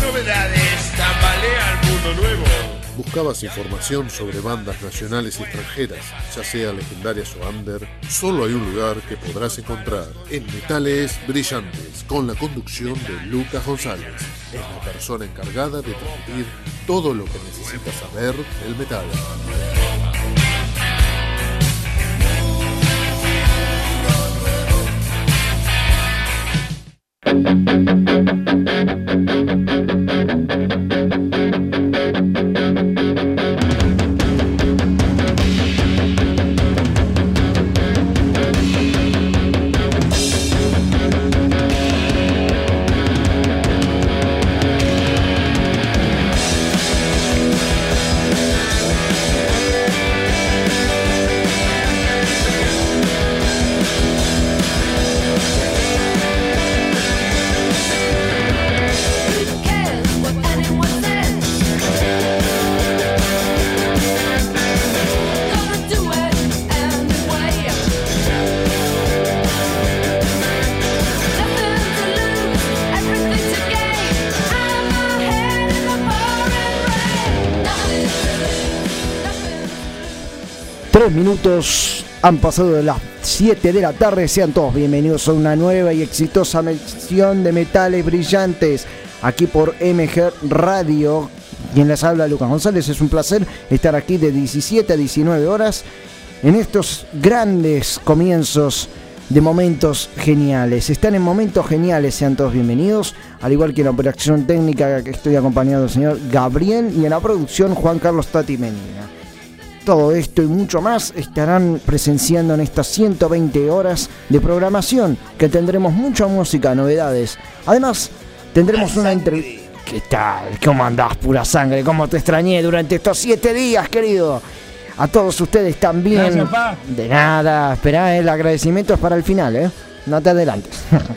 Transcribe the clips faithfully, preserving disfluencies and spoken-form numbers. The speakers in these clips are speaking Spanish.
novedades, tambalea el mundo nuevo. ¿Buscabas información sobre bandas nacionales y extranjeras, ya sea legendarias o under? Solo hay un lugar que podrás encontrar en Metales Brillantes, con la conducción de Lucas González. Es la persona encargada de transmitir todo lo que necesitas saber del metal. Tres minutos han pasado de las siete de la tarde. Sean todos bienvenidos a una nueva y exitosa misión de Metales Brillantes aquí por M G Radio. Quien les habla, Lucas González. Es un placer estar aquí de diecisiete a diecinueve horas en estos grandes comienzos de momentos geniales. Están en momentos geniales, sean todos bienvenidos. Al igual que en la operación técnica, que estoy acompañado del señor Gabriel, y en la producción Juan Carlos Tati Menina. Todo esto y mucho más estarán presenciando en estas ciento veinte horas de programación, que tendremos mucha música, novedades. Además, tendremos una entrevista. ¿Qué tal? ¿Cómo andás, pura sangre? ¿Cómo te extrañé durante estos siete días, querido? A todos ustedes también. Gracias, pa. De nada. Esperá, el agradecimiento es para el final, ¿eh? No te adelantes.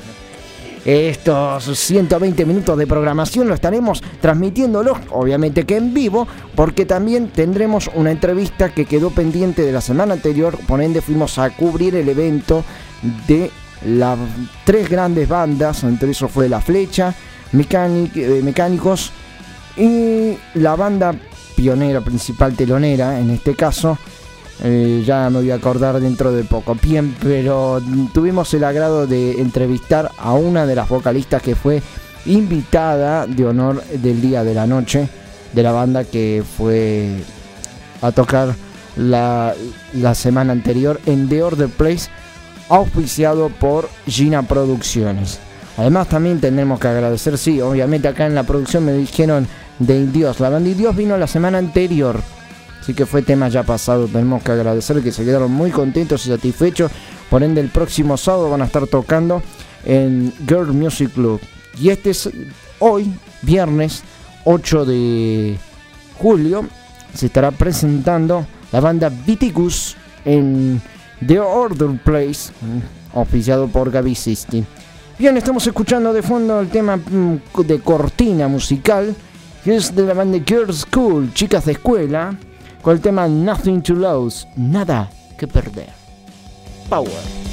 Estos ciento veinte minutos de programación lo estaremos transmitiéndolos, obviamente que en vivo, porque también tendremos una entrevista que quedó pendiente de la semana anterior. Por ende fuimos a cubrir el evento de las tres grandes bandas, entre eso fue La Flecha, Mecánic, eh, Mecánicos y la banda pionera, principal telonera en este caso. Eh, ya me voy a acordar dentro de poco. Bien, pero tuvimos el agrado de entrevistar a una de las vocalistas que fue invitada de honor del día de la noche de la banda que fue a tocar la, la semana anterior en The Order Place, auspiciado por Gina Producciones. Además también tenemos que agradecer, sí, obviamente acá en la producción me dijeron de Indios. La banda Indios vino la semana anterior, así que fue tema ya pasado. Tenemos que agradecer que se quedaron muy contentos y satisfechos. Por ende, el próximo sábado van a estar tocando en Girl Music Club. Y este es hoy, viernes ocho de julio, se estará presentando la banda Viticus en The Order Place, oficiado por Gaby Sisti. Bien, estamos escuchando de fondo el tema de cortina musical, que es de la banda Girls School, chicas de escuela, con el tema Nothing to Lose, nada que perder. Power.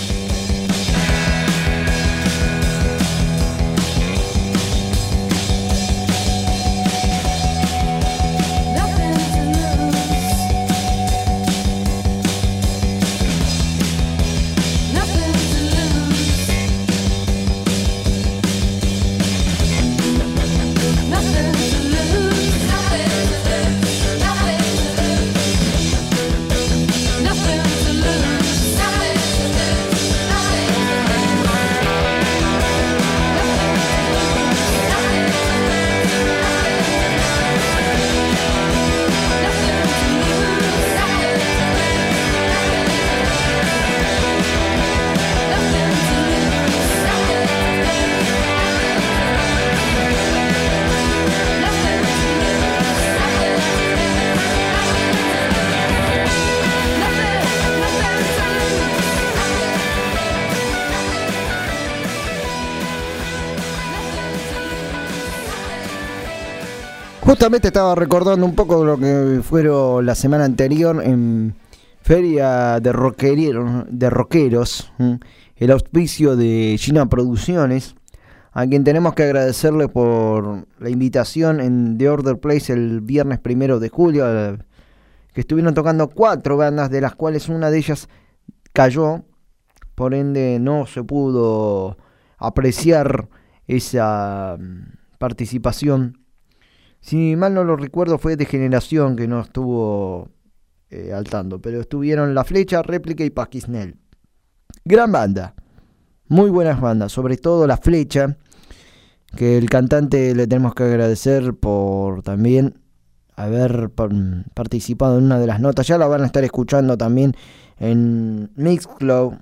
Justamente estaba recordando un poco de lo que fueron la semana anterior en Feria de, rockero, de Rockeros, el auspicio de Gina Producciones. a quien tenemos que agradecerle por la invitación en The Order Place el viernes primero de julio, que estuvieron tocando cuatro bandas, de las cuales una de ellas cayó, por ende no se pudo apreciar esa participación. Si mal no lo recuerdo, fue de Generación que no estuvo eh, al tanto, pero estuvieron La Flecha, Réplica y Paquisnel. Gran banda, muy buenas bandas, sobre todo La Flecha, que el cantante le tenemos que agradecer por también haber participado en una de las notas. Ya la van a estar escuchando también en Mixcloud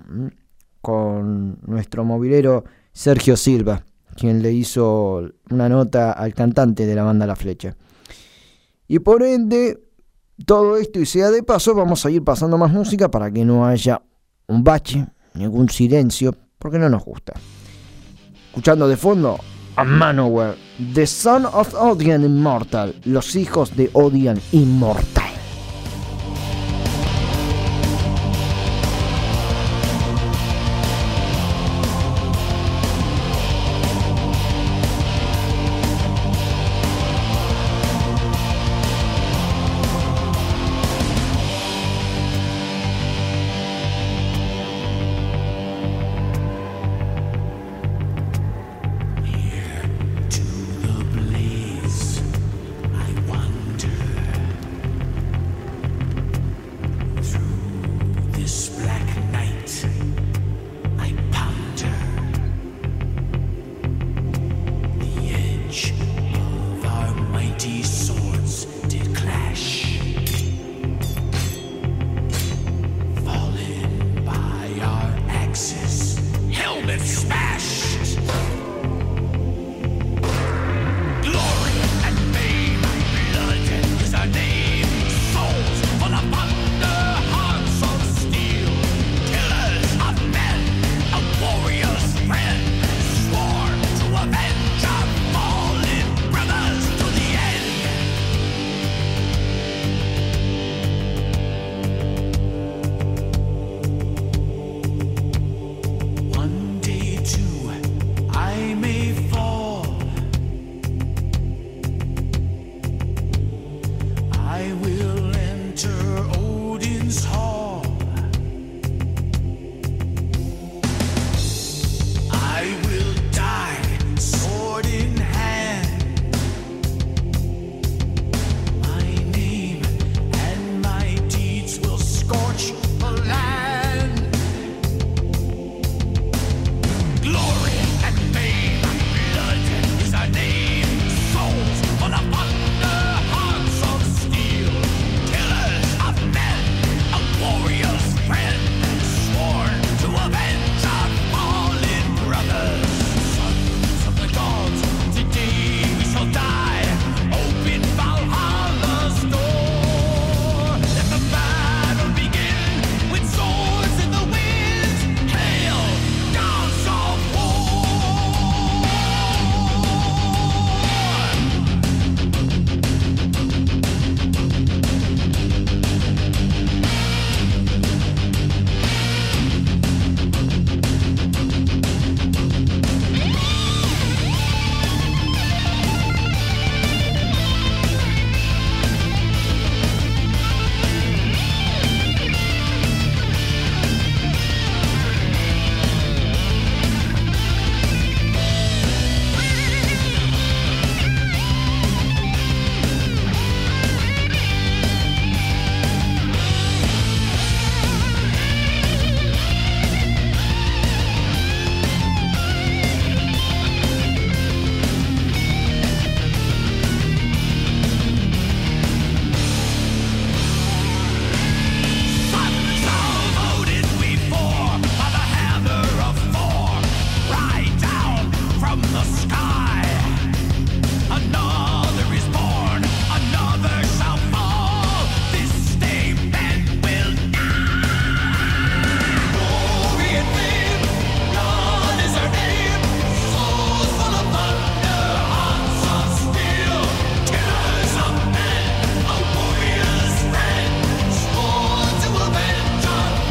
con nuestro movilero Sergio Silva, quien le hizo una nota al cantante de la banda La Flecha. Y por ende, todo esto y sea de paso, vamos a ir pasando más música para que no haya un bache, ningún silencio, porque no nos gusta. Escuchando de fondo a Manowar, The Son of Odian Immortal, los hijos de Odian Inmortal.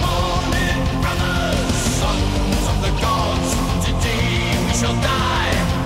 shall die.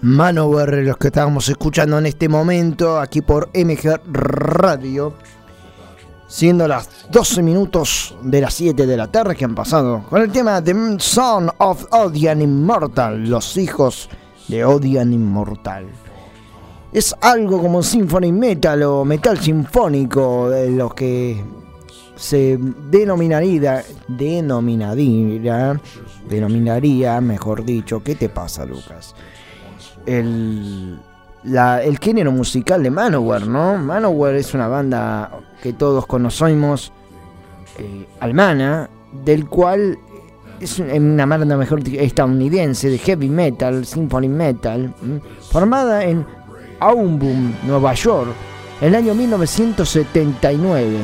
Manowar, los que estábamos escuchando en este momento aquí por M G Radio, siendo las doce minutos de las siete de la tarde que han pasado, con el tema The Son of Odian Immortal, los hijos de Odian Inmortal. Es algo como symphony metal o metal sinfónico, de lo que se denominaría, denominaría, denominaría, mejor dicho, ¿qué te pasa, Lucas? El, la, el género musical de Manowar, ¿no? Manowar es una banda que todos conocemos, eh, alemana, del cual es una banda mejor estadounidense de heavy metal, symphony metal, ¿m? formada en Auburn, Nueva York, en el año mil novecientos setenta y nueve,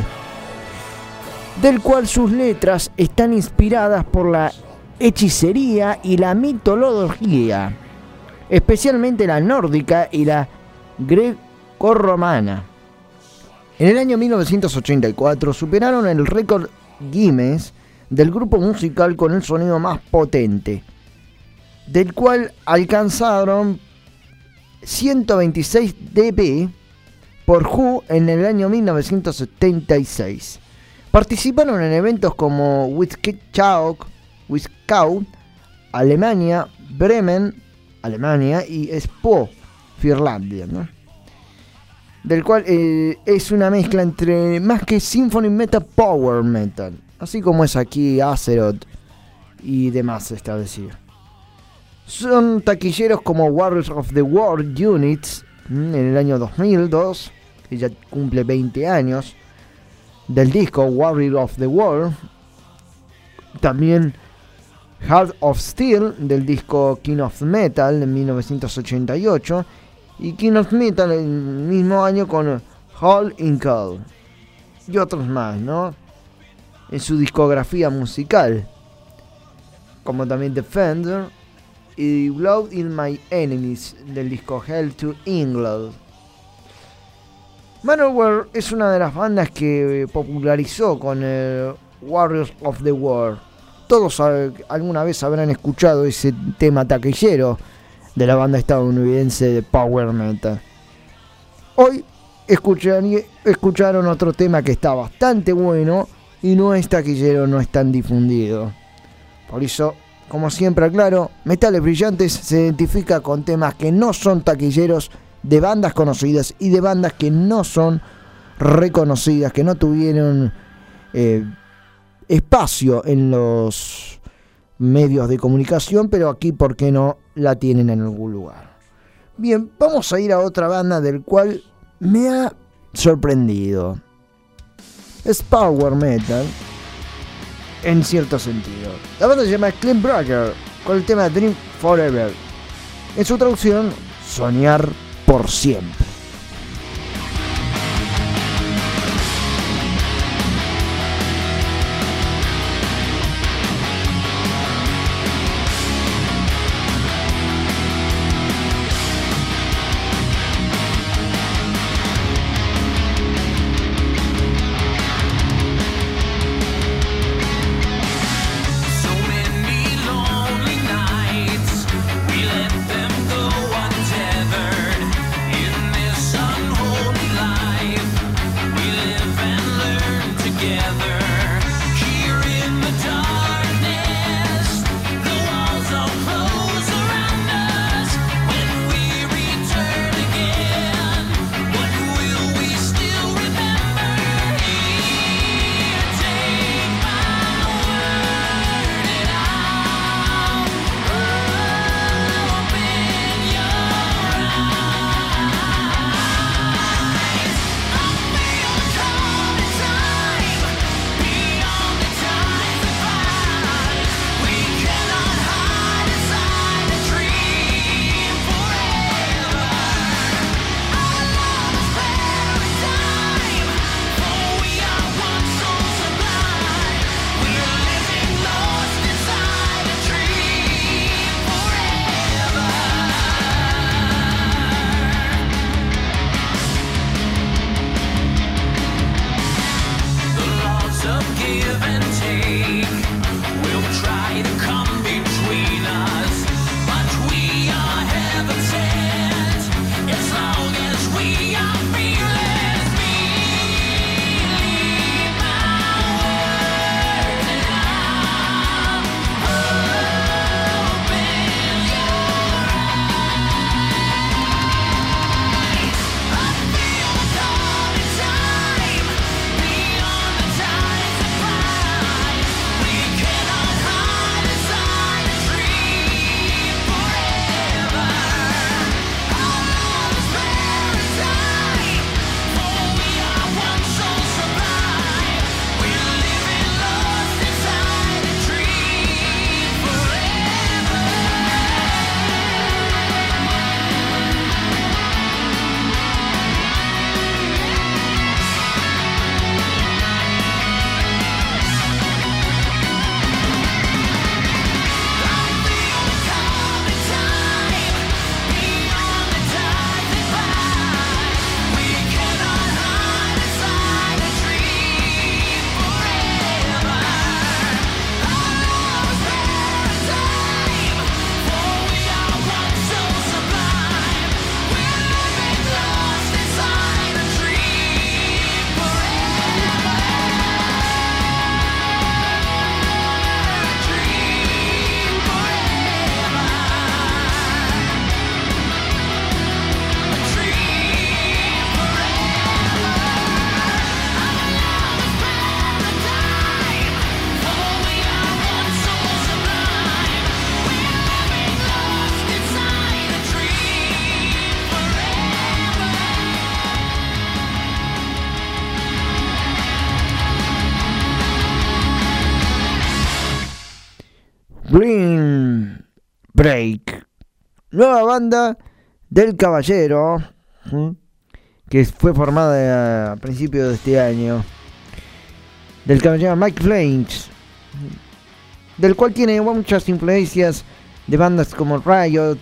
del cual sus letras están inspiradas por la hechicería y la mitología, especialmente la nórdica y la grecorromana. En el año mil novecientos ochenta y cuatro superaron el récord Guinness del grupo musical con el sonido más potente, del cual alcanzaron ciento veintiséis decibelios por Who en el año mil novecientos setenta y seis. Participaron en eventos como Wischau, Wischau, Alemania, Bremen, Alemania, y Espoo, Finlandia, ¿no? Del cual eh, es una mezcla entre más que symphony metal, power metal, así como es aquí Azeroth y demás establecido. Son taquilleros como Warriors of the World Units en el año dos mil dos, que ya cumple veinte años, del disco Warrior of the World. También Heart of Steel del disco King of Metal en mil novecientos ochenta y ocho, y King of Metal el mismo año con Hall in Call y otros más, ¿no? En su discografía musical, como también Defender y Blood in My Enemies del disco Hell to England. Manowar es una de las bandas que popularizó con el Warriors of the World. Todos alguna vez habrán escuchado ese tema taquillero de la banda estadounidense de power metal. Hoy escucharon otro tema que está bastante bueno y no es taquillero, no es tan difundido. Por eso, como siempre aclaro, Metales Brillantes se identifica con temas que no son taquilleros, de bandas conocidas y de bandas que no son reconocidas, que no tuvieron eh, espacio en los medios de comunicación, pero aquí, ¿por qué no?, la tienen en algún lugar. Bien, vamos a ir a otra banda del cual me ha sorprendido. Es power metal en cierto sentido. La banda se llama Clean Breaker, con el tema Dream Forever. En su traducción, soñar por siempre. In Break, nueva banda del caballero, ¿sí?, que fue formada a principios de este año, del caballero Mike Flames, del cual tiene muchas influencias de bandas como Riot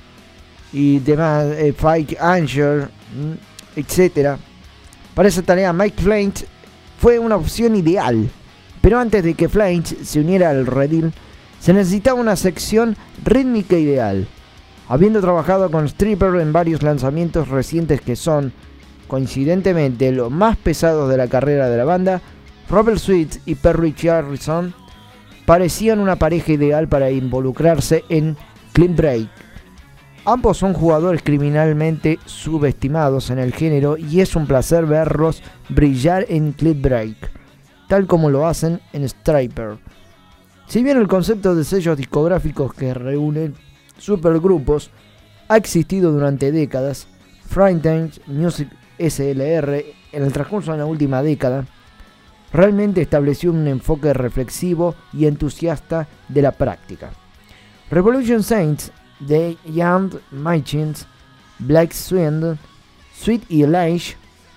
y demás, eh, Fight Angel, etcétera. Para esa tarea Mike Flames fue una opción ideal, pero antes de que Flames se uniera al redil, se necesitaba una sección rítmica ideal. Habiendo trabajado con Stripper en varios lanzamientos recientes que son, coincidentemente, los más pesados de la carrera de la banda, Robert Sweet y Perry Harrison parecían una pareja ideal para involucrarse en Clean Break. Ambos son jugadores criminalmente subestimados en el género y es un placer verlos brillar en Clean Break, tal como lo hacen en Stripper. Si bien el concepto de sellos discográficos que reúnen supergrupos ha existido durante décadas, Frightened Music S L R en el transcurso de la última década realmente estableció un enfoque reflexivo y entusiasta de la práctica. Revolution Saints, The Young Machines, Black Swindle, Sweet y Elish,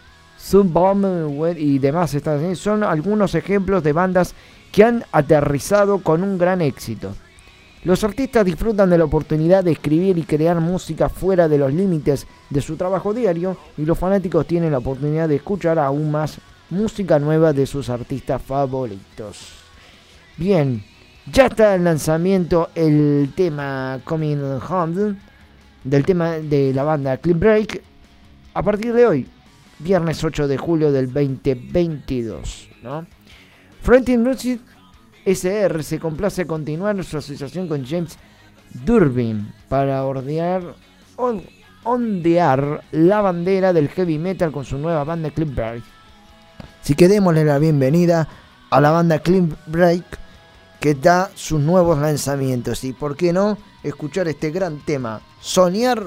Subbomb y demás estaciones son algunos ejemplos de bandas que han aterrizado con un gran éxito. Los artistas disfrutan de la oportunidad de escribir y crear música fuera de los límites de su trabajo diario, y los fanáticos tienen la oportunidad de escuchar aún más música nueva de sus artistas favoritos. Bien, ya está el lanzamiento el tema Coming Home del tema de la banda Clean Break a partir de hoy, viernes ocho de julio del veinte veintidós, ¿no? Frightened Music S R se complace continuar su asociación con James Durbin para ondear, on, ondear la bandera del heavy metal con su nueva banda Clean Break. Así que démosle la bienvenida a la banda Clean Break, que da sus nuevos lanzamientos, y por qué no escuchar este gran tema, Soñar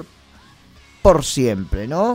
por siempre, ¿no?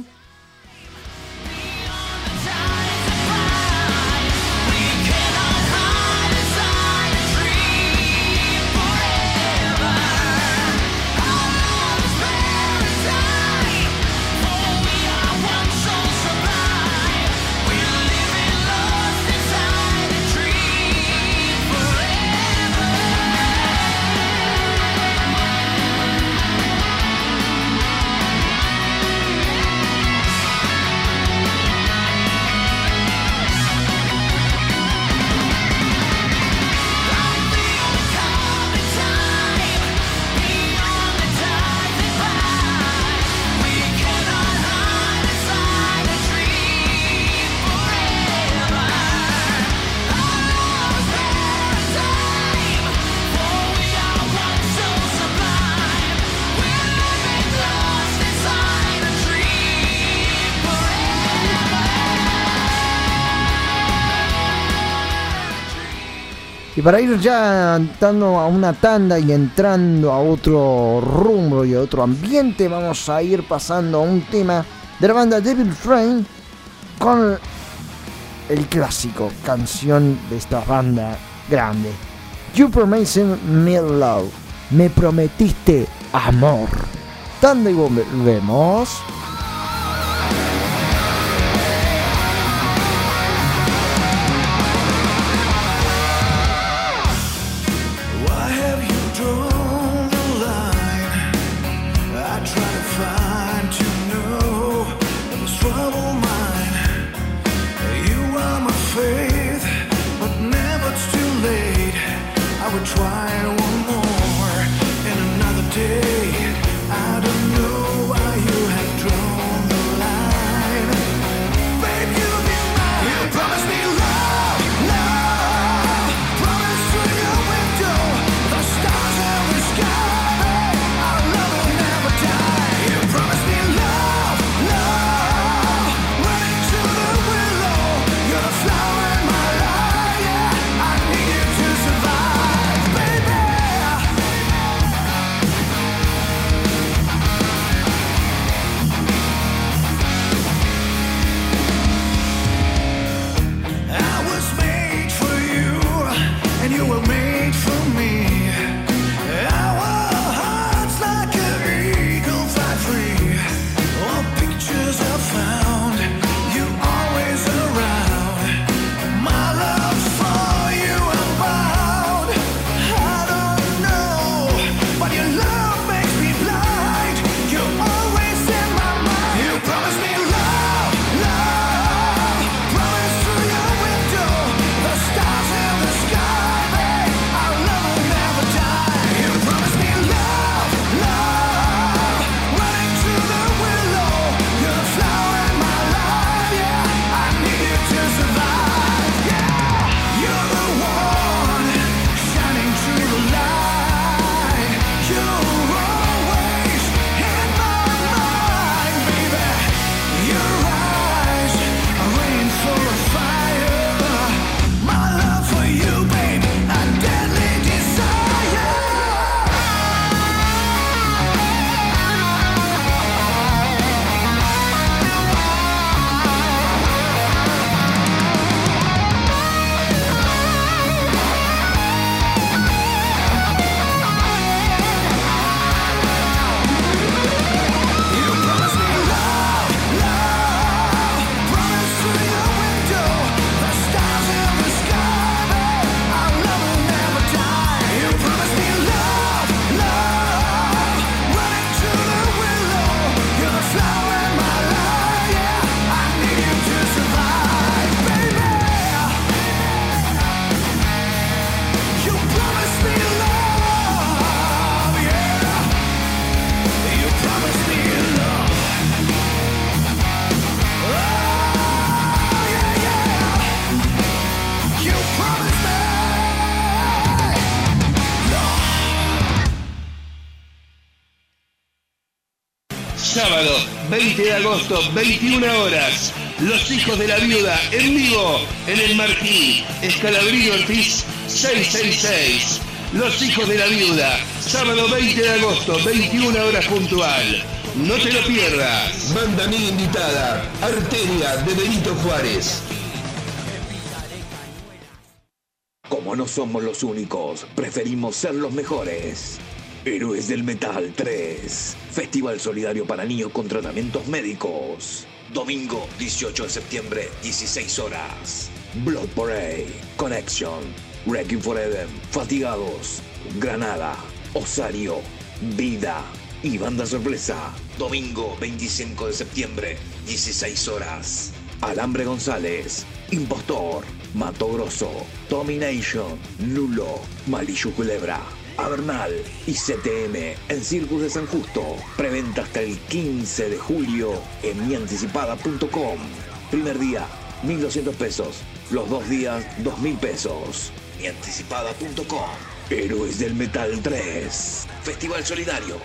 Y para ir ya dando a una tanda y entrando a otro rumbo y a otro ambiente, vamos a ir pasando a un tema de la banda Devil Train con el clásico canción de esta banda grande, You Promised Me Love, me prometiste amor. Tanda y volvemos. Try one more in another day. I don't know why you have drawn Sábado, veinte de agosto, veintiuna horas. Los Hijos de la Viuda, en vivo, en el Marquí, Escalabrini Ortiz, seiscientos sesenta y seis. Los Hijos de la Viuda, sábado veinte de agosto, veintiuna horas puntual. No te lo pierdas. Banda amiga invitada, Arteria de Benito Juárez. Como no somos los únicos, preferimos ser los mejores. Héroes del Metal tres, Festival Solidario para Niños con Tratamientos Médicos. Domingo dieciocho de septiembre, dieciséis horas. Blood Parade, Connection, Requiem for Eden, Fatigados, Granada, Osario, Vida y Banda Sorpresa. Domingo veinticinco de septiembre, dieciséis horas. Alambre González, Impostor, Mato Grosso, Domination, Lulo, Malillu Culebra, Avernal y C T M en Circus de San Justo. Preventa hasta el quince de julio en mianticipada punto com. Primer día, mil doscientos pesos. Los dos días, dos mil pesos. mianticipada punto com. Héroes del Metal tres. Festival Solidario.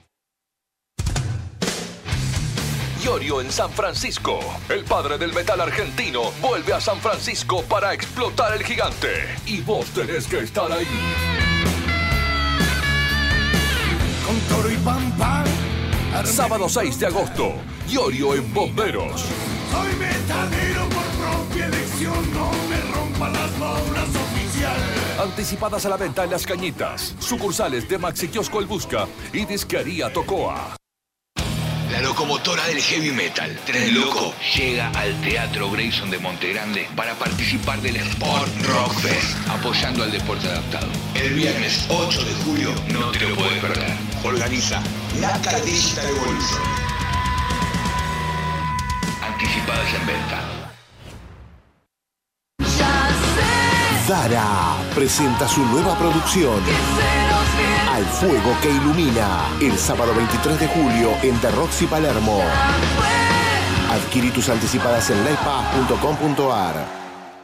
Iorio en San Francisco. El padre del metal argentino vuelve a San Francisco para explotar el gigante. Y vos tenés que estar ahí. Con toro y pampa. Sábado seis de agosto. Iorio en Bomberos. Soy metalero por propia elección. No me rompan las bolas oficial. Anticipadas a la venta en Las Cañitas. Sucursales de Maxi Kiosco El Busca y Disquería Tocoa. La locomotora del heavy metal, Tren Loco, llega al Teatro Grayson de Montegrande para participar del Sport Rock Fest, apoyando al deporte adaptado. El viernes ocho de julio, no te lo puedes perder. Organiza Naca Digital Evolution. Anticipadas en venta. Zara presenta su nueva producción Al Fuego que Ilumina, el sábado veintitrés de julio en The Roxy Palermo. Adquirí tus anticipadas en livepass punto com punto ar.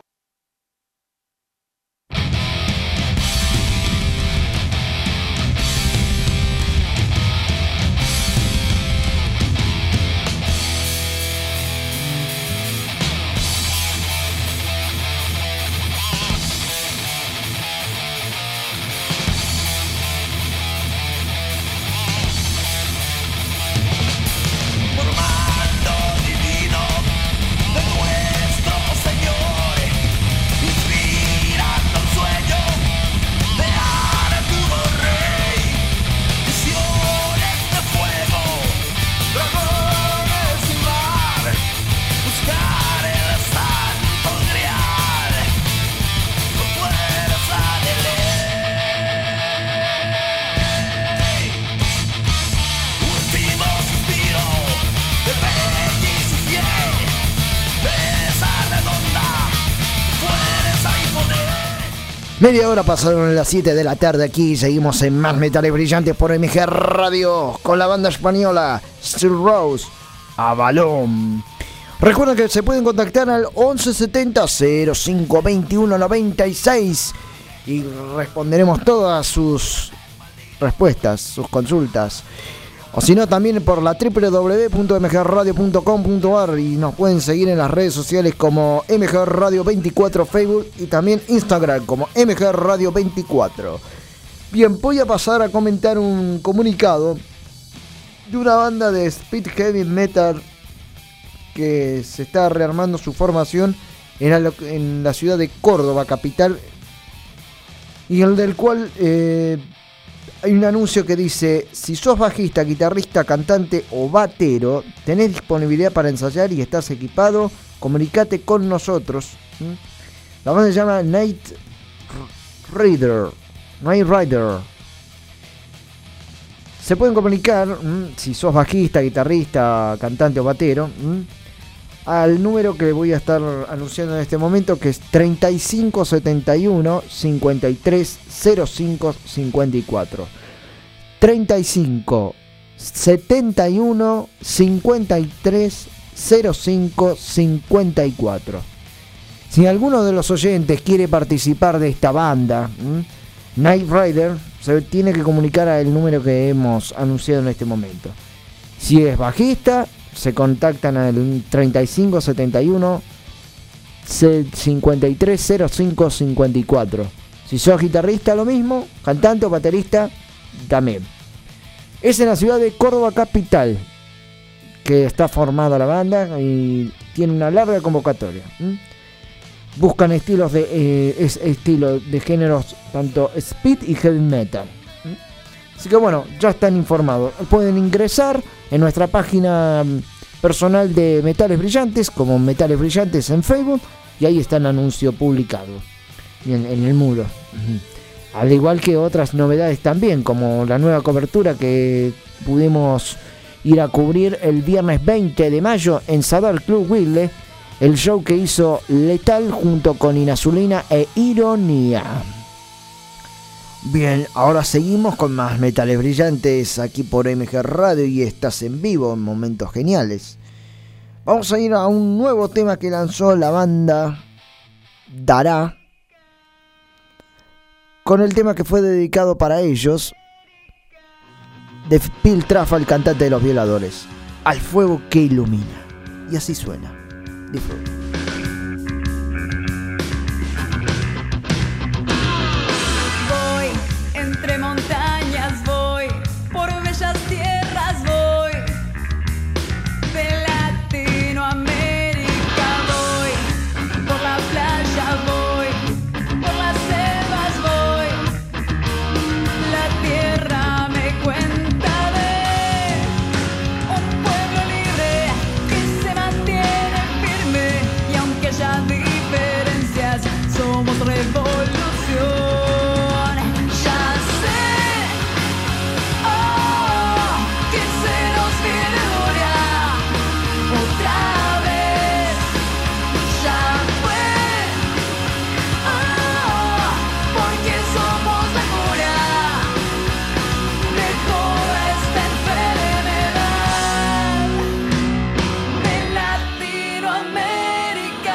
Media hora pasaron las siete de la tarde aquí. Seguimos en Más Metales Brillantes por M G Radio con la banda española Steel Rose Avalon. Recuerden que se pueden contactar al once setenta cero cinco veintiuno noventa y seis y responderemos todas sus respuestas, sus consultas. O si no, también por la doble u doble u doble u punto m g radio punto com punto a r y nos pueden seguir en las redes sociales como M G Radio veinticuatro Facebook y también Instagram como M G Radio veinticuatro. Bien, voy a pasar a comentar un comunicado de una banda de speed heavy metal que se está rearmando su formación en la, en la ciudad de Córdoba, capital, y el del cual eh, hay un anuncio que dice: si sos bajista, guitarrista, cantante o batero, tenés disponibilidad para ensayar y estás equipado, comunicate con nosotros. ¿Mm? La banda se llama Night Rider. Night Rider. Se pueden comunicar, ¿m? si sos bajista, guitarrista, cantante o batero, ¿m? al número que voy a estar anunciando en este momento, que es treinta y cinco setenta y uno cincuenta y tres cero cinco cincuenta y cuatro. treinta y cinco setenta y uno cincuenta y tres cero cinco cincuenta y cuatro. Si alguno de los oyentes quiere participar de esta banda, ¿m? Night Rider, se tiene que comunicar al número que hemos anunciado en este momento. Si es bajista, se contactan al treinta y cinco setenta y uno cincuenta y tres cero cinco cincuenta y cuatro. Si sos guitarrista, lo mismo. Cantante o baterista, también. Es en la ciudad de Córdoba capital que está formada la banda y tiene una larga convocatoria. ¿Mm? Buscan estilos de eh, es estilo de géneros tanto speed y heavy metal. ¿Mm? Así que bueno, ya están informados. Pueden ingresar en nuestra página personal de Metales Brillantes, como Metales Brillantes en Facebook, y ahí está el anuncio publicado en, en el muro. Uh-huh. Al igual que otras novedades también, como la nueva cobertura que pudimos ir a cubrir el viernes veinte de mayo en Sadar Club Wilde, el show que hizo Letal junto con Inazulina e Ironía. Bien, ahora seguimos con más Metales Brillantes aquí por M G Radio y estás en vivo en Momentos Geniales. Vamos a ir a un nuevo tema que lanzó la banda Dará, con el tema que fue dedicado para ellos, de Piltrafa, el cantante de Los Violadores, Al fuego que ilumina. Y así suena. Disfruta. Voy entre montañas, voy por bellas tierras, voy de Latinoamérica, voy por la playa, voy por las selvas, voy. La tierra me cuenta de un pueblo libre que se mantiene firme, y aunque haya diferencias, somos revolución. Ya sé, oh, que se nos viene gloria otra vez. Ya fue, oh, porque somos la cura de toda esta enfermedad de Latinoamérica.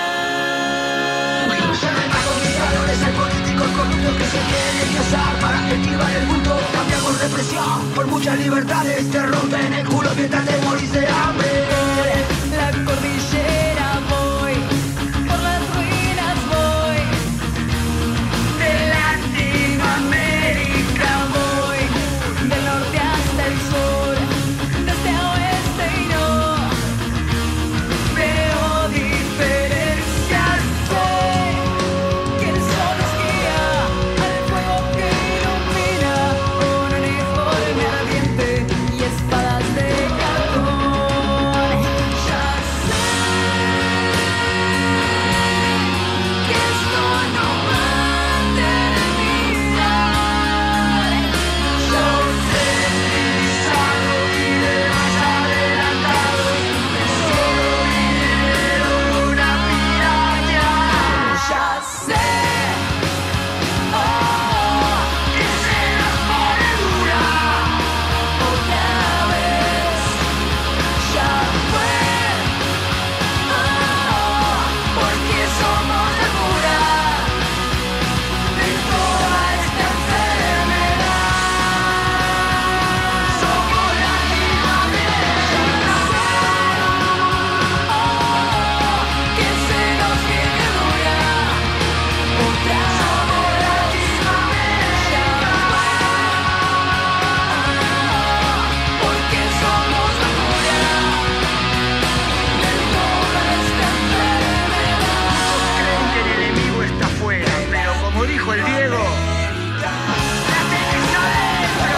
Hay políticos corruptos que se quieren casar para esquivar el bulto. Cambiamos represión por muchas libertades, te rompen el culo mientras te morís de hambre. La cordillera voy, por las ruinas voy, de Latinoamérica voy, del norte hasta el sur, de este a oeste, y no veo diferencias. Sé que el sol nos guía al fuego que ilumina, un uniforme ardiente y espadas de cartón. Ya sé que esto no va a terminar. Yo sé civilizado y de más adelantado, solo dinero, una piraña. Ya sé, oh, que se nos pone dura otra vez. Ya fue, oh, porque somos la cura de toda esta enfermedad. Somos Latinoamérica. Oh, que se nos viene dura otra vez. Somos Latinoamérica. Porque somos la cura de toda esta enfermedad. Creen que el enemigo está afuera, pero como dijo el Diego, la tenés adentro.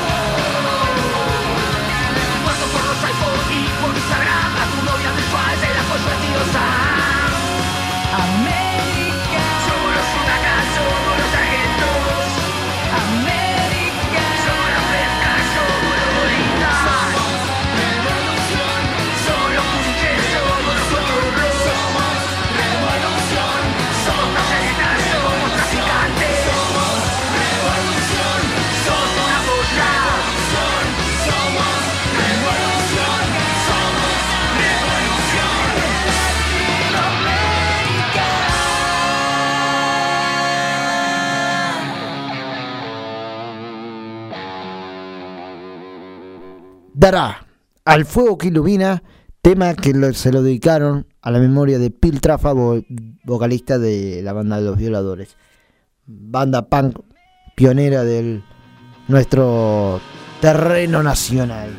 Muerto por los iPhone y por Instagram, a tu novia me falta el apoyo a tío Sam. América, Somos los huracanes, somos los sargentos, América, somos los pescas, somos los bolitas. revolución, Somos los punches, somos los socorros. Somos revolución, Somos proxenetas, somos traficantes. revolución, Somos una boya. somos revolución, somos revolución. Latinoamérica. Dará, Al fuego que ilumina, tema que lo, se lo dedicaron a la memoria de Phil Trafa, vo, vocalista de la banda de Los Violadores, banda punk pionera de nuestro terreno nacional.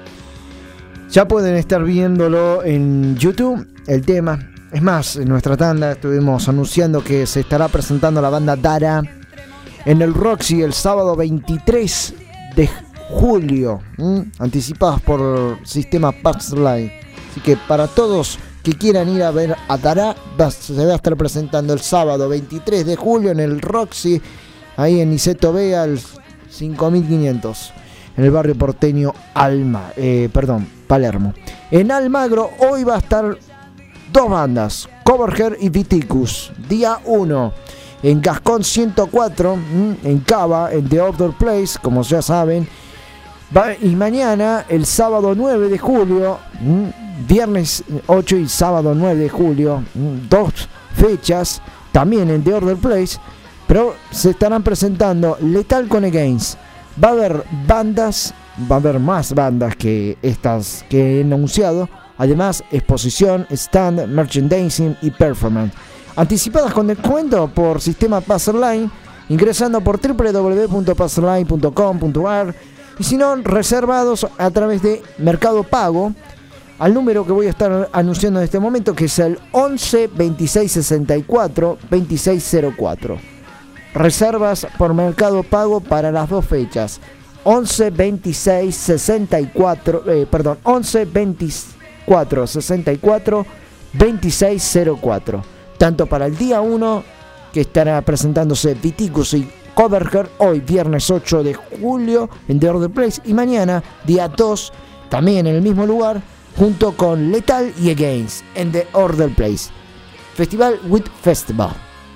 Ya pueden estar viéndolo en YouTube, el tema. Es más, en nuestra tanda estuvimos anunciando que se estará presentando la banda Dara en el Roxy el sábado veintitrés de julio, ¿m? anticipadas por Sistema Passline. Así que para todos que quieran ir a ver a Dara, se va a estar presentando el sábado veintitrés de julio en el Roxy, ahí en Niceto B al cinco mil quinientos, en el barrio porteño Alma, eh, perdón, Palermo. En Almagro hoy va a estar dos bandas, Coverhair y Viticus. Día uno en Gascón ciento cuatro, en Cava, en The Other Place, como ya saben. Y mañana, el sábado nueve de julio, viernes ocho y sábado nueve de julio, dos fechas, también en The Other Place, pero se estarán presentando Lethal con Against. Va a haber bandas, va a haber más bandas que estas que he anunciado. Además, exposición, stand, merchandising y performance. Anticipadas con descuento por Sistema Passerline, ingresando por doble u doble u doble u punto passerline punto com punto a r, y si no, reservados a través de Mercado Pago, al número que voy a estar anunciando en este momento, que es el once veintiséis sesenta y cuatro veintiséis cero cuatro. Reservas por Mercado Pago para las dos fechas, once veintiséis sesenta y cuatro, eh, perdón, once veinticuatro sesenta y cuatro veintiséis cero cuatro. Tanto para el día uno, que estará presentándose Viticus y Coverhair, hoy viernes ocho de julio en The Other Place, y mañana, día dos, también en el mismo lugar, junto con Lethal y Against en The Other Place. Festival with Festival.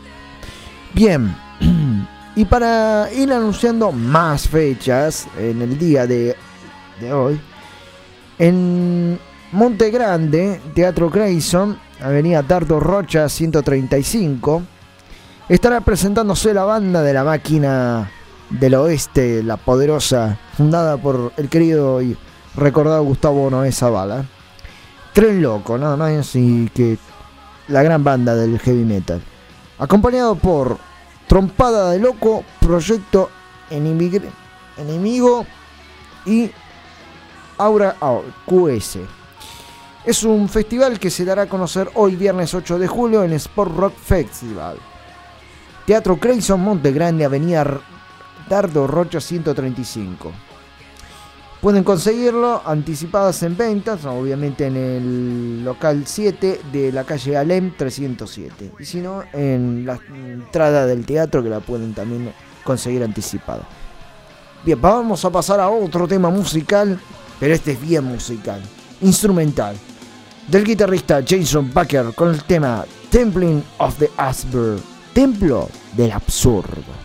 Bien, y para ir anunciando más fechas en el día de, de hoy, en Monte Grande, Teatro Grayson, Avenida Dardo Rocha ciento treinta y cinco, estará presentándose la banda de la Máquina del Oeste, la poderosa, fundada por el querido y recordado Gustavo Noé Zavala. Tren Loco, nada más y que la gran banda del heavy metal, acompañado por Trompada de Loco, Proyecto Enimigre, Enemigo y Aura Q S. Es un festival que se dará a conocer hoy viernes ocho de julio en Sport Rock Festival. Teatro Grayson, Monte Grande, Avenida Dardo Rocha ciento treinta y cinco. Pueden conseguirlo anticipadas en ventas, obviamente en el local siete de la calle Alem trescientos siete. Y si no, en la entrada del teatro, que la pueden también conseguir anticipada. Bien, vamos a pasar a otro tema musical, pero este es bien musical, instrumental, del guitarrista Jason Baker con el tema Templing of the Absurd, Templo del Absurdo.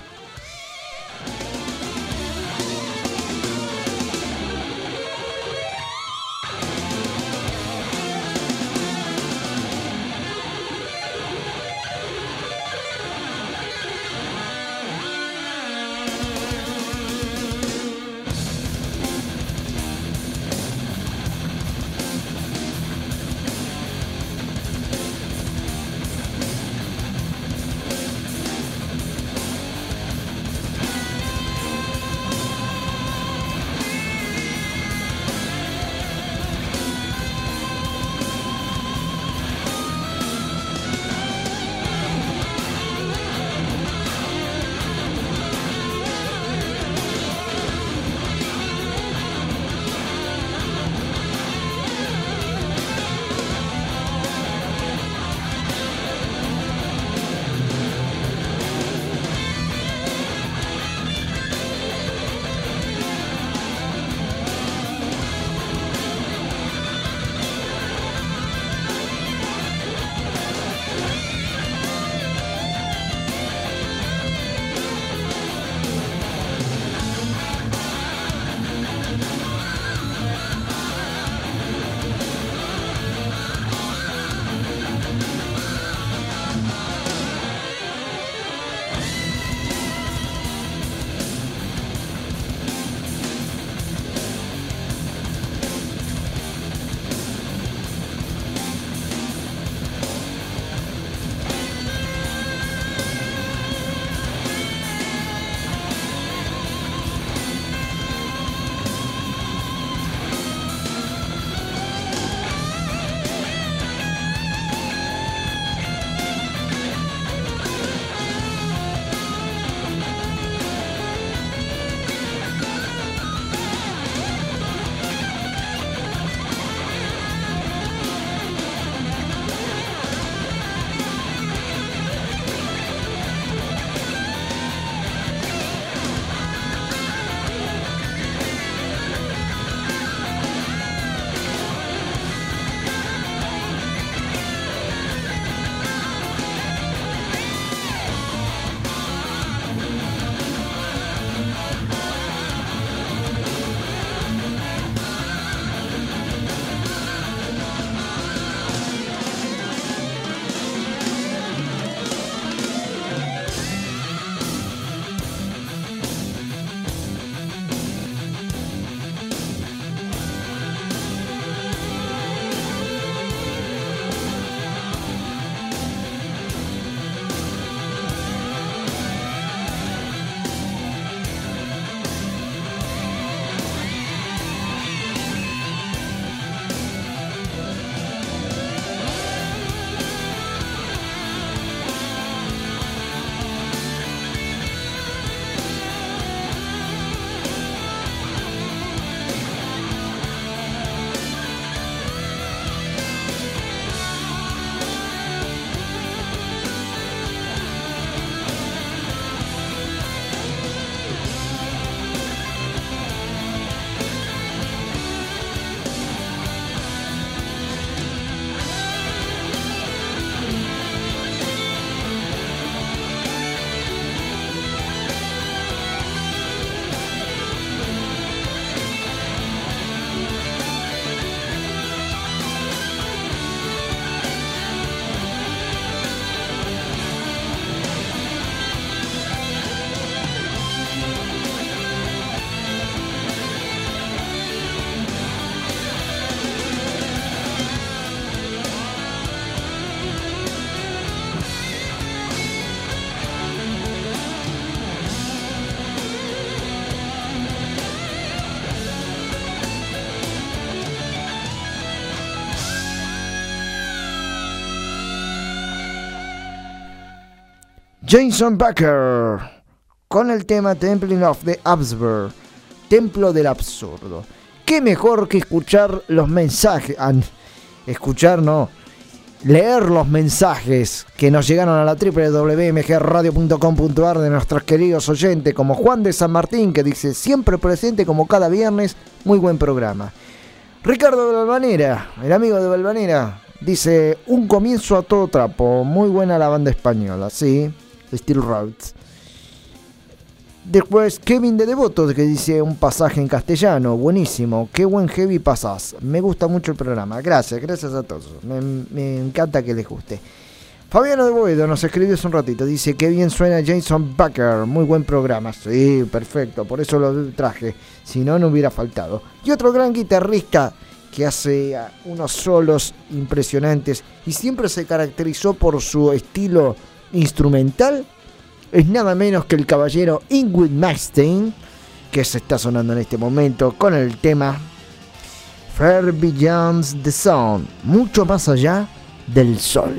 Jason Becker con el tema Temple of the Absurd, Templo del Absurdo. Qué mejor que escuchar los mensajes, ah, escuchar no, leer los mensajes que nos llegaron a la doble u doble u doble u punto m g radio punto com punto a r de nuestros queridos oyentes, como Juan de San Martín, que dice siempre presente como cada viernes, muy buen programa. Ricardo de Valvanera, el amigo de Valvanera, dice un comienzo a todo trapo, muy buena la banda española, sí, Steel Roads. Después Kevin de Devoto, que dice un pasaje en castellano, buenísimo, qué buen heavy pasás, me gusta mucho el programa, gracias, gracias a todos, me, me encanta que les guste. Fabiano de Boedo nos escribió hace un ratito, dice que bien suena Jason Becker, muy buen programa, sí, perfecto, por eso lo traje, si no, no hubiera faltado. Y otro gran guitarrista que hace unos solos impresionantes y siempre se caracterizó por su estilo instrumental, es nada menos que el caballero Yngwie Malmsteen, que se está sonando en este momento con el tema Far Beyond the Sun, mucho más allá del sol.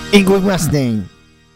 Ingrid Mastin.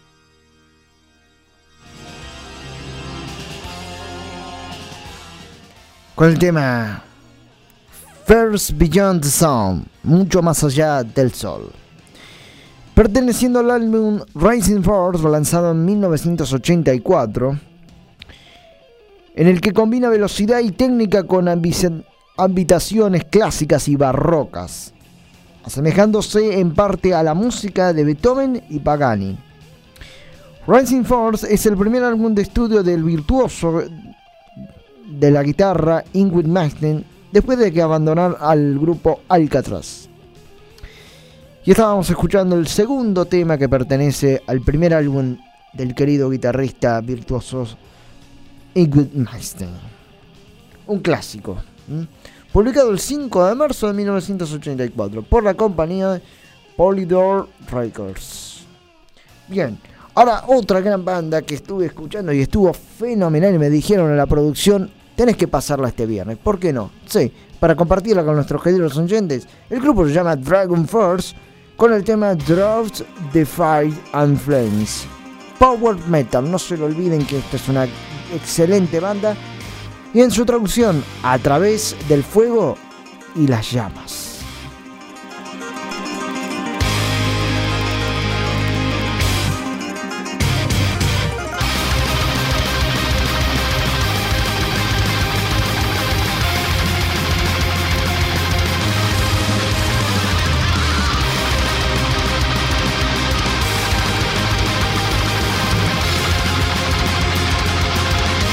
Con el tema First Beyond the Sun, mucho más allá del sol. Perteneciendo al álbum Rising Force, lanzado en mil novecientos ochenta y cuatro, en el que combina velocidad y técnica con ambi- habitaciones clásicas y barrocas, asemejándose en parte a la música de Beethoven y Pagani. Rising Force es el primer álbum de estudio del virtuoso de la guitarra Ingrid Mastin después de que abandonara al grupo Alcatraz. Y estábamos escuchando el segundo tema que pertenece al primer álbum del querido guitarrista virtuoso Ingrid Mastin. Un clásico, ¿m? publicado el cinco de marzo de mil novecientos ochenta y cuatro por la compañía Polydor Records. Bien, ahora otra gran banda que estuve escuchando y estuvo fenomenal y me dijeron en la producción, tenés que pasarla este viernes, ¿por qué no? Sí, para compartirla con nuestros queridos oyentes. El grupo se llama Dragon Force con el tema Drought the Fire and Flames. Power Metal, no se lo olviden que esta es una excelente banda. Y en su traducción, A través del fuego y las llamas.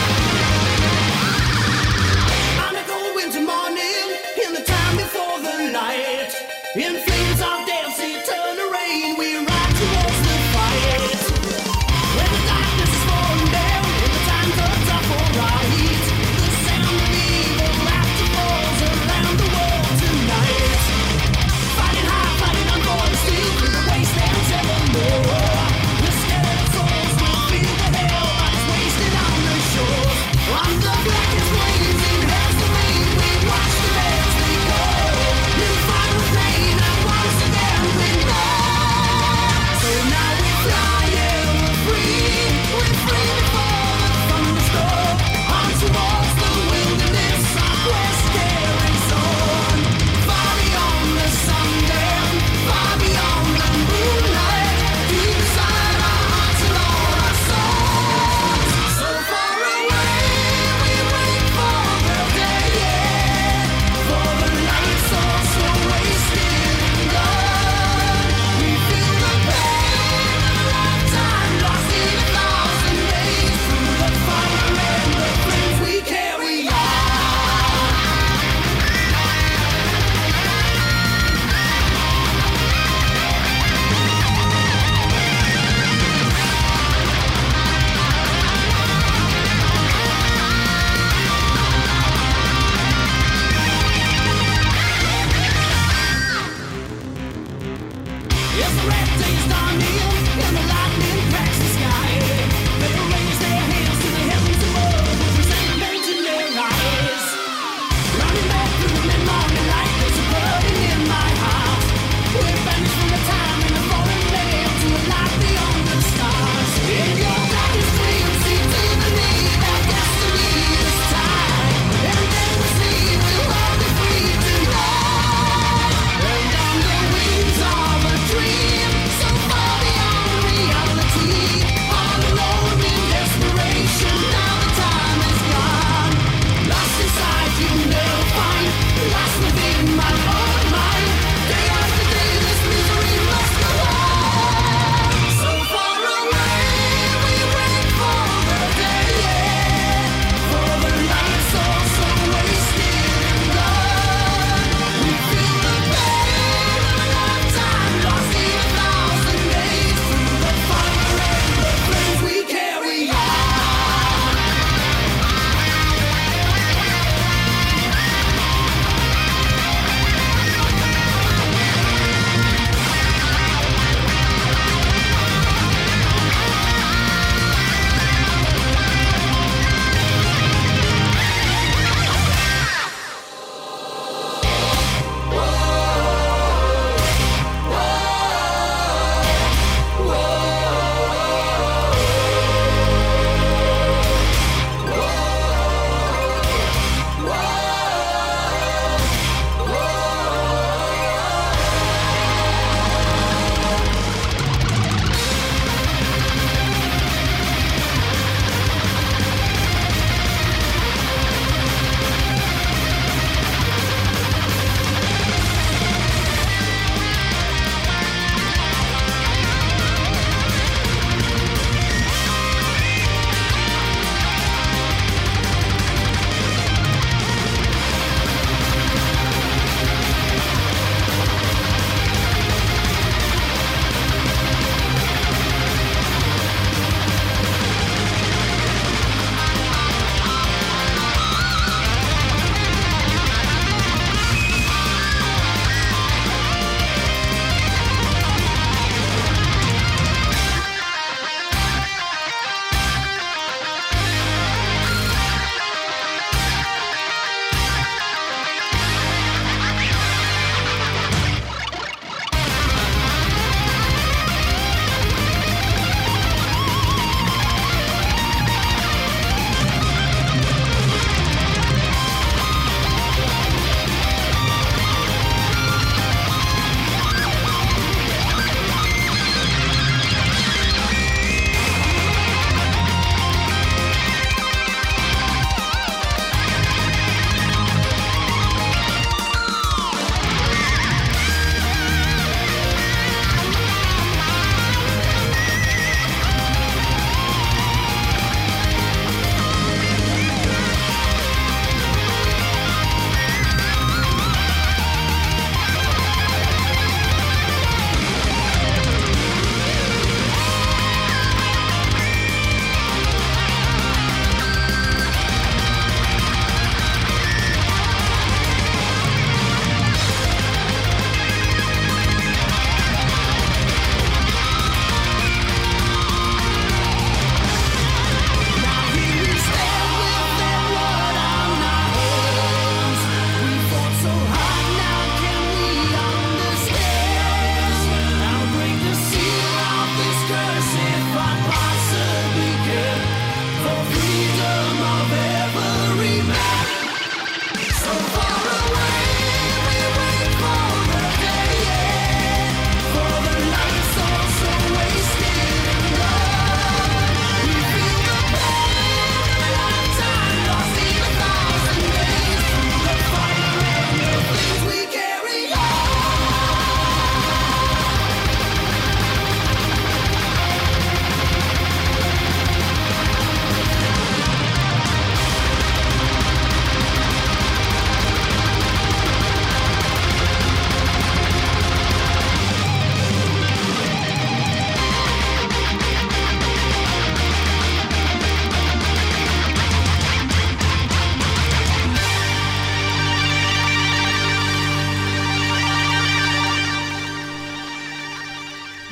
Morning, in the time before the night.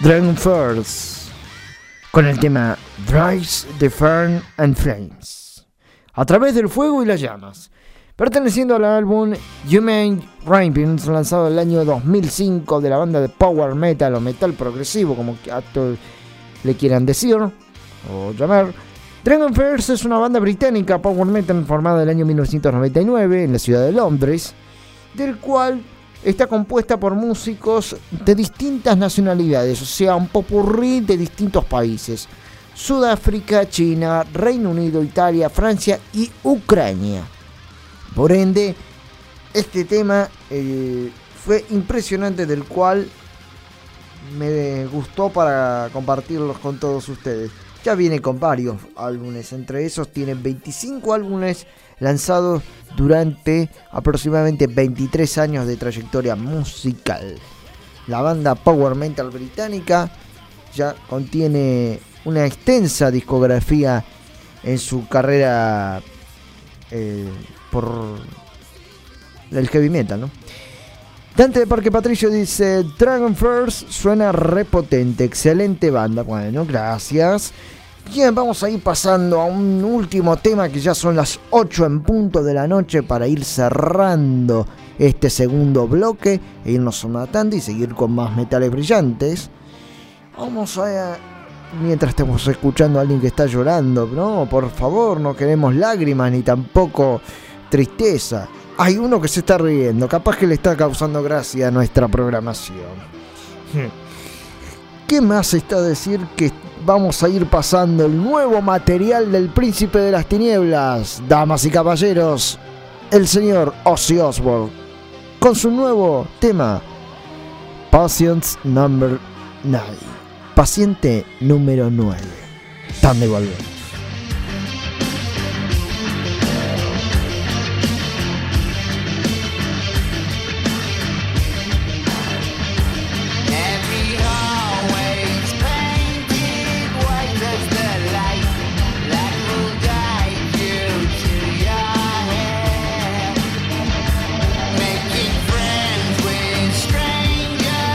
Dragon Force con el tema Rise the Fern and Flames, a través del fuego y las llamas, perteneciendo al álbum Human Rampings, lanzado en el año dos mil cinco, de la banda de power metal o metal progresivo, como a todos le quieran decir o llamar. Dragon Force es una banda británica power metal formada en el año mil novecientos noventa y nueve en la ciudad de Londres, del cual está compuesta por músicos de distintas nacionalidades, o sea, un popurrí de distintos países: Sudáfrica, China, Reino Unido, Italia, Francia y Ucrania. Por ende, este tema eh, fue impresionante, del cual me gustó para compartirlos con todos ustedes. Ya viene con varios álbumes, entre esos tiene veinticinco álbumes lanzados durante aproximadamente veintitrés años de trayectoria musical. La banda power metal británica ya contiene una extensa discografía en su carrera eh, por el heavy metal, ¿no? Dante de Parque Patricio dice: Dragon Force suena repotente, excelente banda. Bueno, gracias. Bien, vamos a ir pasando a un último tema, que ya son las ocho en punto de la noche, para ir cerrando este segundo bloque e irnos matando y seguir con más metales brillantes. Vamos a... Mientras estamos escuchando a alguien que está llorando, no, por favor, no queremos lágrimas ni tampoco tristeza. Hay uno que se está riendo, capaz que le está causando gracia a nuestra programación. ¿Qué más está a decir? Que vamos a ir pasando el nuevo material del Príncipe de las Tinieblas, damas y caballeros, el señor Ozzy Osbourne, con su nuevo tema, Patience Number nueve, paciente número nueve. Tan de volver.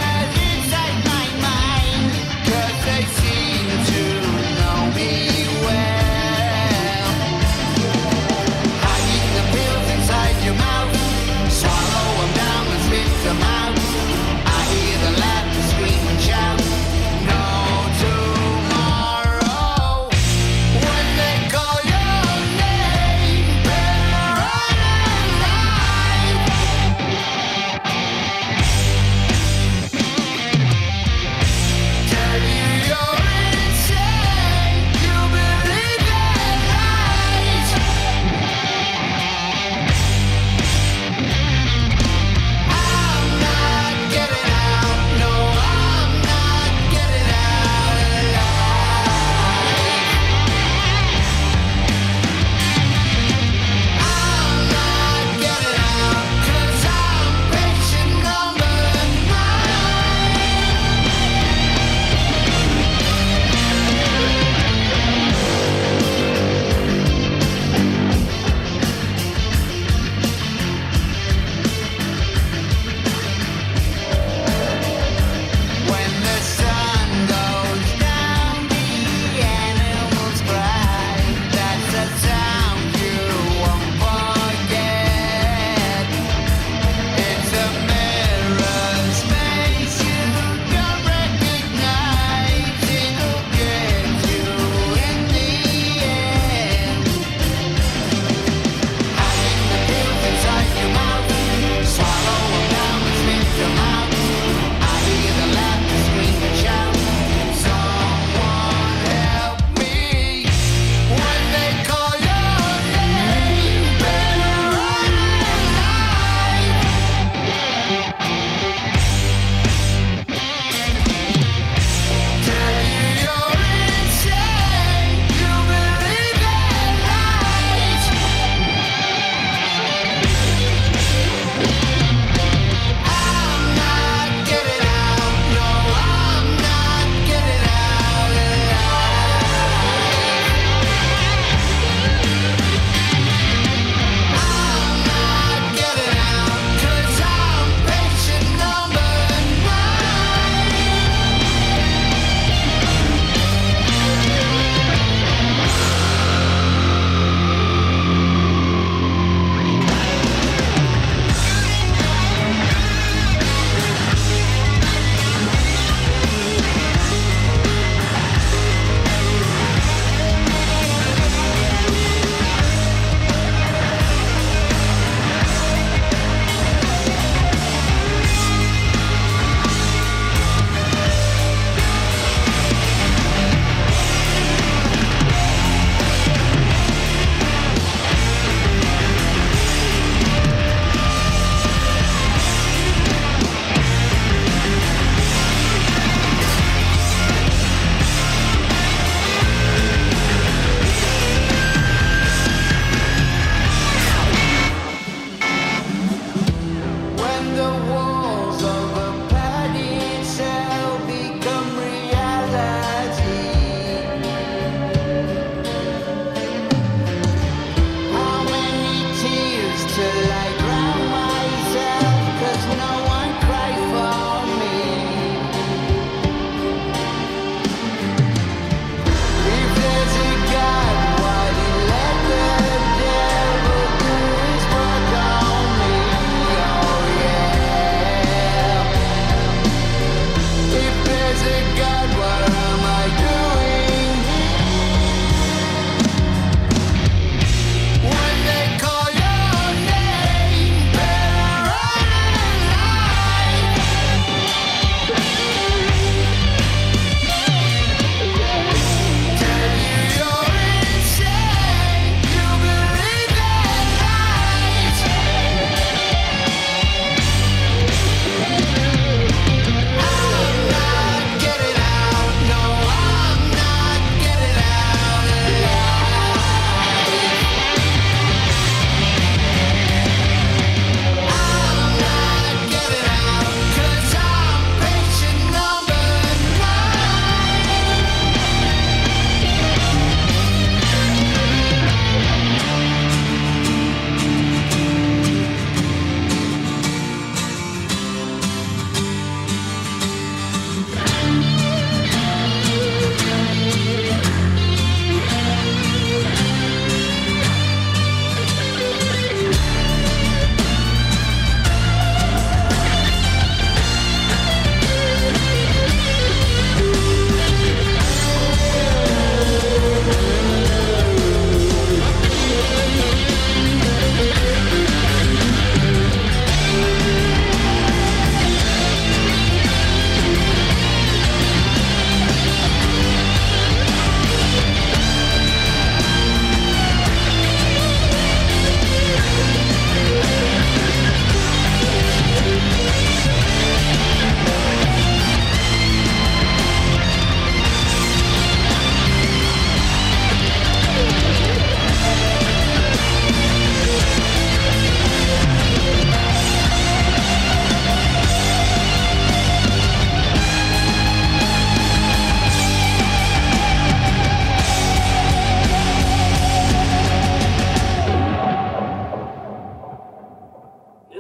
Well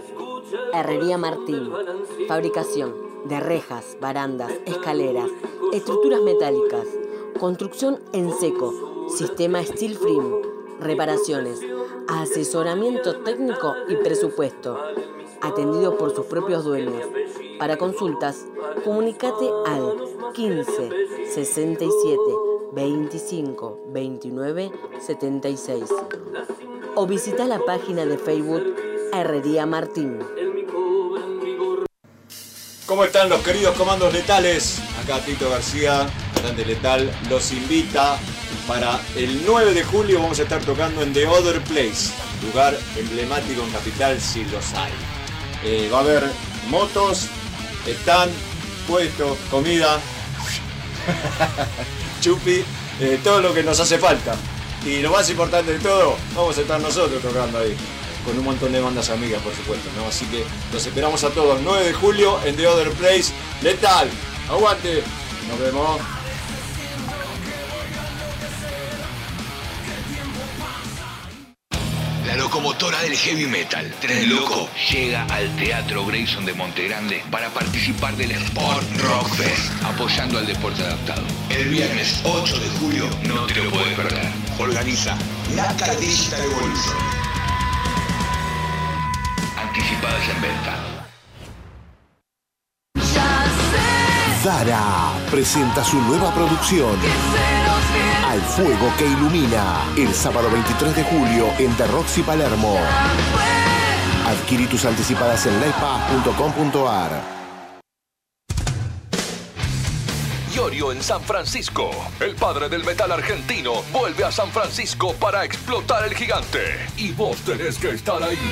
Herrería Martín. Fabricación de rejas, barandas, escaleras, estructuras metálicas. Construcción en seco. Sistema Steel Frame. Reparaciones. Asesoramiento técnico y presupuesto. Atendido por sus propios dueños. Para consultas, comunícate al quince, sesenta y siete, veinticinco, veintinueve, setenta y seis o visita la página de Facebook Herrería Martín. ¿Cómo están los queridos comandos letales? Acá Tito García, Grande Letal, los invita para el nueve de julio. Vamos a estar tocando en The Other Place, lugar emblemático en Capital si los hay. Eh, va a haber motos, están puestos, comida, chupi, eh, todo lo que nos hace falta. Y lo más importante de todo, vamos a estar nosotros tocando ahí, con un montón de bandas amigas, por supuesto, ¿no? Así que los esperamos a todos, nueve de julio en The Other Place. Letal, aguante, nos vemos. La locomotora del heavy metal, Tren Loco, llega al Teatro Grayson de Montegrande para participar del Sport Rock Fest, apoyando al deporte adaptado. El viernes ocho de julio, no te lo puedes perder. Organiza Naca Digital Evolution. Anticipadas en venta. Zara presenta su nueva producción, Al Fuego que Ilumina, el sábado veintitrés de julio en The Roxy Palermo. Adquirí tus anticipadas en laipa punto com punto ar. Iorio en San Francisco. El padre del metal argentino vuelve a San Francisco para explotar el gigante. Y vos tenés que estar ahí.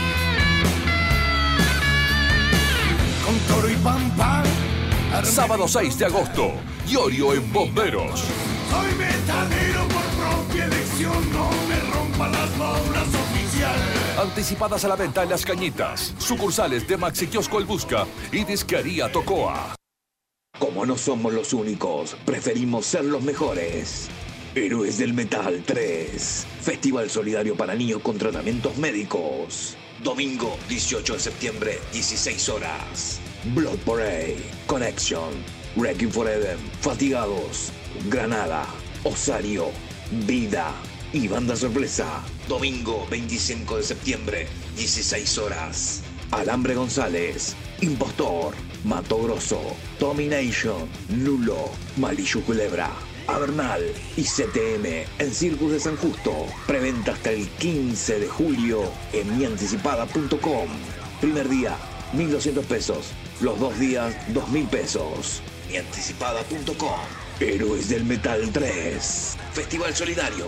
Con toro y pampa. Sábado seis de agosto, Iorio en Bomberos. Soy metalero por propia elección, no me rompa las bolas oficial. Anticipadas a la venta en Las Cañitas, sucursales de Maxi Kiosco El Busca y Disquería Tocoa. Como no somos los únicos, preferimos ser los mejores. Héroes del Metal tres, Festival Solidario para Niños con Tratamientos Médicos. Domingo dieciocho de septiembre, dieciséis horas. Blood Parade, Connection, Wrecking for Eden, Fatigados, Granada, Osario, Vida y Banda Sorpresa. Domingo veinticinco de septiembre, dieciséis horas. Alambre González, Impostor, Mato Grosso, Domination, Lulo, Malillo Culebra, Avernal y C T M en Circus de San Justo. Preventa hasta el quince de julio en mi anticipada punto com. Primer día, mil doscientos pesos. Los dos días, dos mil pesos. mi anticipada punto com. Héroes del Metal tres. Festival Solidario.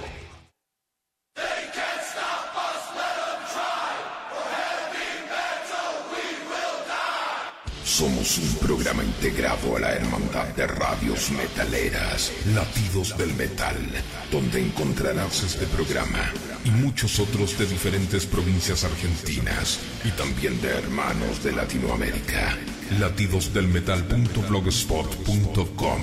Somos un programa integrado a la Hermandad de Radios Metaleras, Latidos del Metal, donde encontrarás este programa y muchos otros de diferentes provincias argentinas y también de hermanos de Latinoamérica. latidos del metal punto blogspot punto com.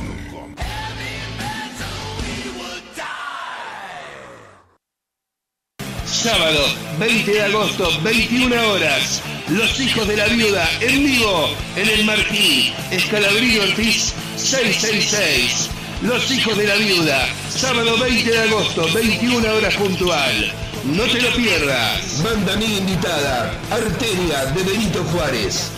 Sábado, veinte de agosto, veintiuna horas. Los Hijos de la Viuda, en vivo, en el Marquí, Escalabrillo Ortiz, seiscientos sesenta y seis. Los Hijos de la Viuda, sábado veinte de agosto, veintiuna horas puntual. No te lo pierdas. Banda amiga invitada, Arteria de Benito Juárez.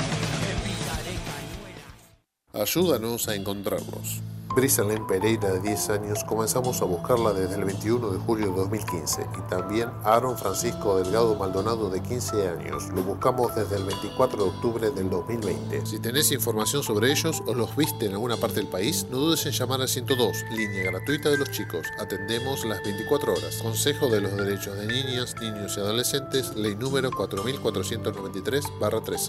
Ayúdanos a encontrarlos. Brisalén Pereira, de diez años, comenzamos a buscarla desde el veintiuno de julio de dos mil quince. Y también Aaron Francisco Delgado Maldonado, de quince años. Lo buscamos desde el veinticuatro de octubre del dos mil veinte. Si tenés información sobre ellos o los viste en alguna parte del país, no dudes en llamar al ciento dos, línea gratuita de los chicos. Atendemos las veinticuatro horas. Consejo de los Derechos de Niñas, Niños y Adolescentes, ley número cuatro mil cuatrocientos noventa y tres barra trece.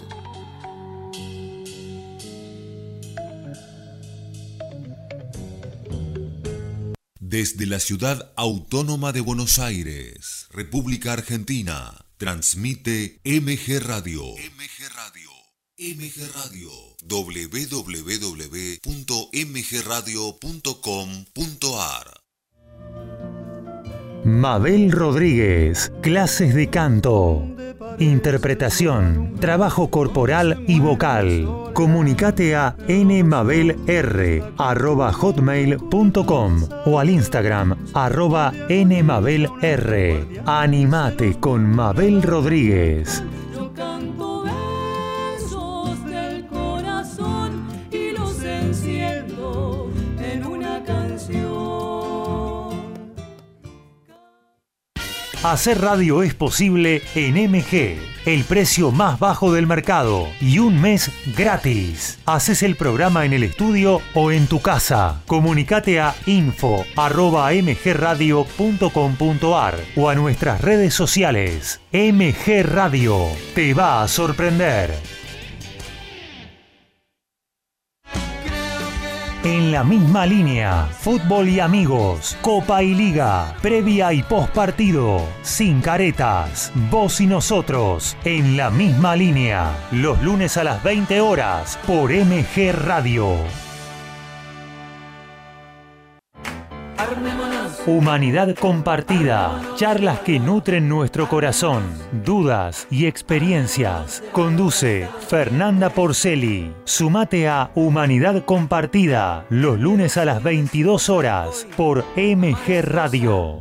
Desde la ciudad autónoma de Buenos Aires, República Argentina, transmite M G Radio. M G Radio. M G Radio. doble u doble u doble u punto m g radio punto com punto ar. Mabel Rodríguez, clases de canto. interpretación, trabajo corporal y vocal. Comunicate a nmabelr arroba hotmail punto com o al Instagram arroba nmabelr. Animate con Mabel Rodríguez. Yo canto versos del corazón y los enciendo en una canción. Hacer radio es posible en M G. El precio más bajo del mercado y un mes gratis. Haces el programa en el estudio o en tu casa. Comunicate a info arroba mgradio punto com punto ar o a nuestras redes sociales. M G Radio te va a sorprender. En la misma línea, fútbol y amigos, Copa y Liga, previa y post partido, sin caretas, vos y nosotros, en la misma línea, los lunes a las veinte horas, por M G Radio. Humanidad compartida, charlas que nutren nuestro corazón, dudas y experiencias. Conduce Fernanda Porceli. Sumate a Humanidad compartida los lunes a las veintidós horas por M G Radio.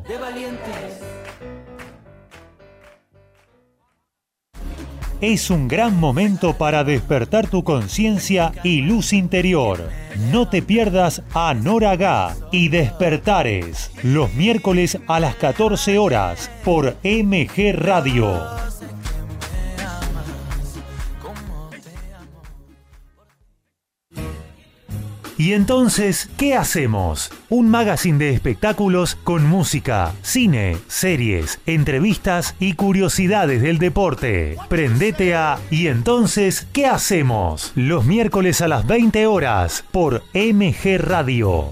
Es un gran momento para despertar tu conciencia y luz interior. No te pierdas a Nora Gá y Despertares, los miércoles a las catorce horas por M G Radio. Y entonces, ¿qué hacemos? Un magazine de espectáculos con música, cine, series, entrevistas y curiosidades del deporte. Prendete a ¿Y entonces qué hacemos? Los miércoles a las veinte horas por M G Radio.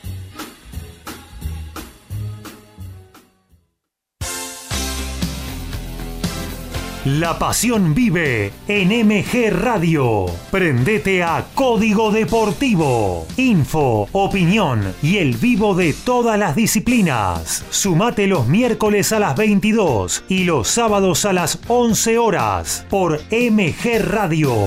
La pasión vive en M G Radio. Prendete a Código Deportivo. Info, opinión y el vivo de todas las disciplinas. Sumate los miércoles a las veintidós y los sábados a las once horas por M G Radio.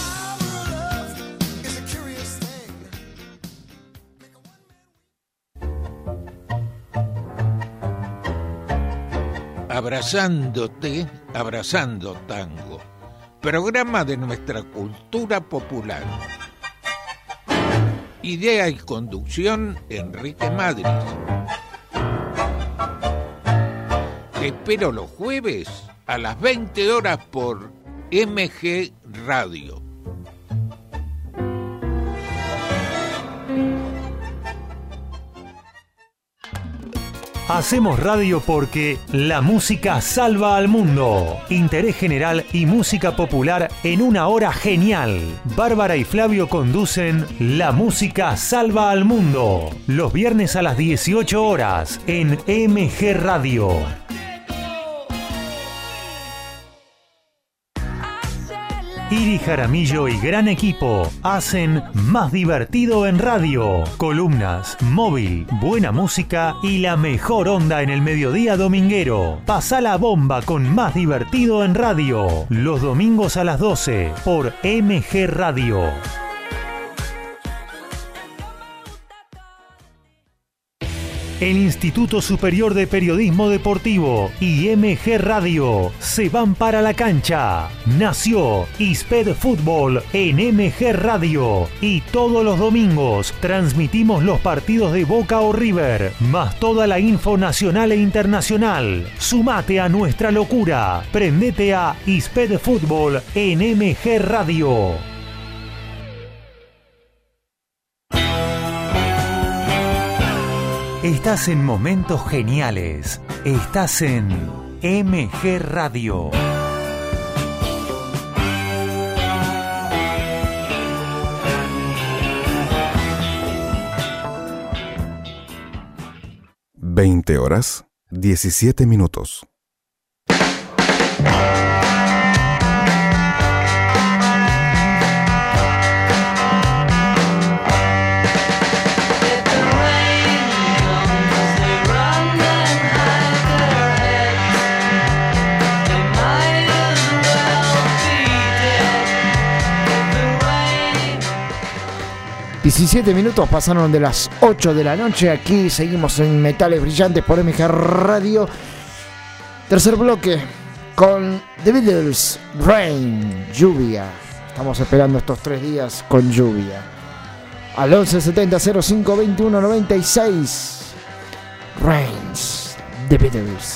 Abrazándote, abrazando tango. Programa de nuestra cultura popular. Idea y conducción, Enrique Madrid. Te espero los jueves a las veinte horas por M G Radio. Hacemos radio porque la música salva al mundo. Interés general y música popular en una hora genial. Bárbara y Flavio conducen La Música Salva al Mundo. Los viernes a las dieciocho horas en M G Radio. Iri Jaramillo y gran equipo hacen Más Divertido en Radio. Columnas, móvil, buena música y la mejor onda en el mediodía dominguero. Pasá la bomba con Más Divertido en Radio. Los domingos a las doce por M G Radio. El Instituto Superior de Periodismo Deportivo y M G Radio se van para la cancha. Nació ISPED Fútbol en M G Radio y todos los domingos transmitimos los partidos de Boca o River, más toda la info nacional e internacional. Sumate a nuestra locura. Prendete a ISPED Fútbol en M G Radio. Estás en momentos geniales. Estás en M G Radio. veinte horas, diecisiete minutos. Might as diecisiete minutos pasaron de las ocho de la noche. Aquí seguimos en Metales Brillantes por M G Radio. Tercer bloque con The Beatles, Rain, lluvia. Estamos esperando estos tres días con lluvia. Al once setenta cero cinco veintiuno noventa y seis. Rains, The Beatles.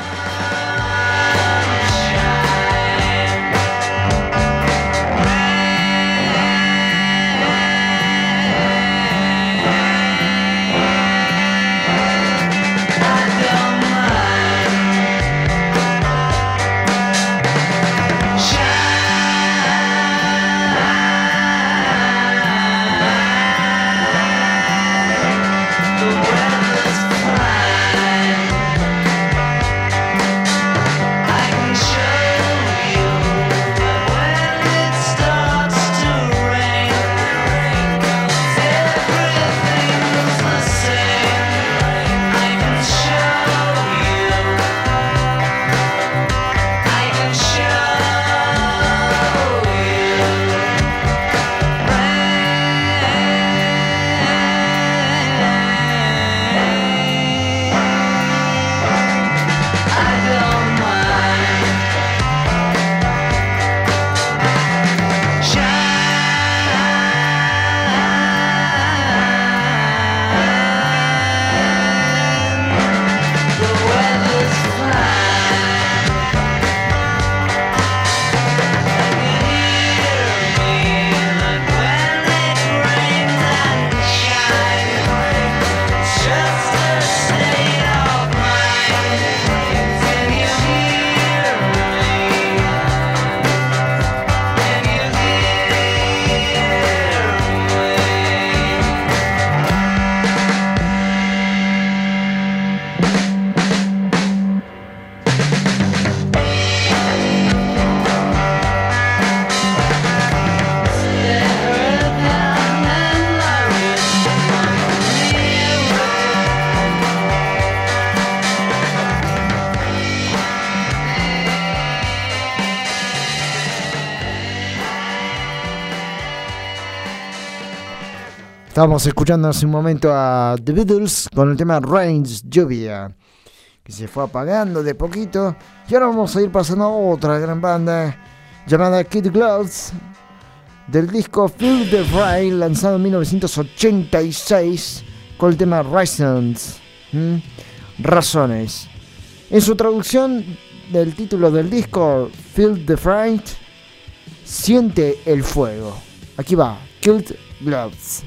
Estábamos escuchando hace un momento a The Beatles con el tema Rains, lluvia, que se fue apagando de poquito. Y ahora vamos a ir pasando a otra gran banda llamada Kid Gloves, del disco Feel the Rain, lanzado en mil novecientos ochenta y seis, con el tema Reasons, ¿Mm? Razones. En su traducción del título del disco, Feel the Fright, siente el fuego. Aquí va, Kid Gloves.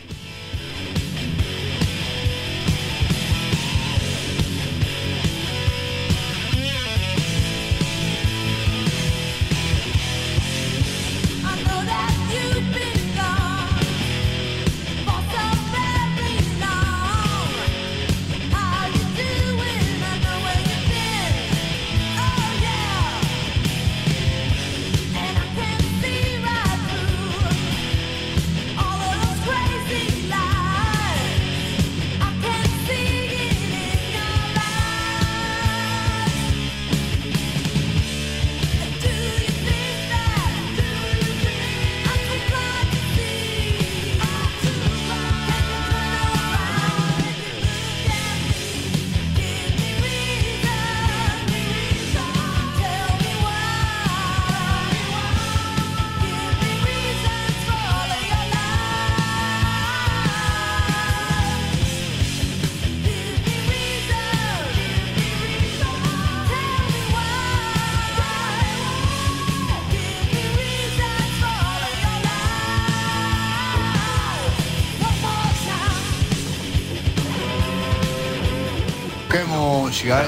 ¡Qué música, eh!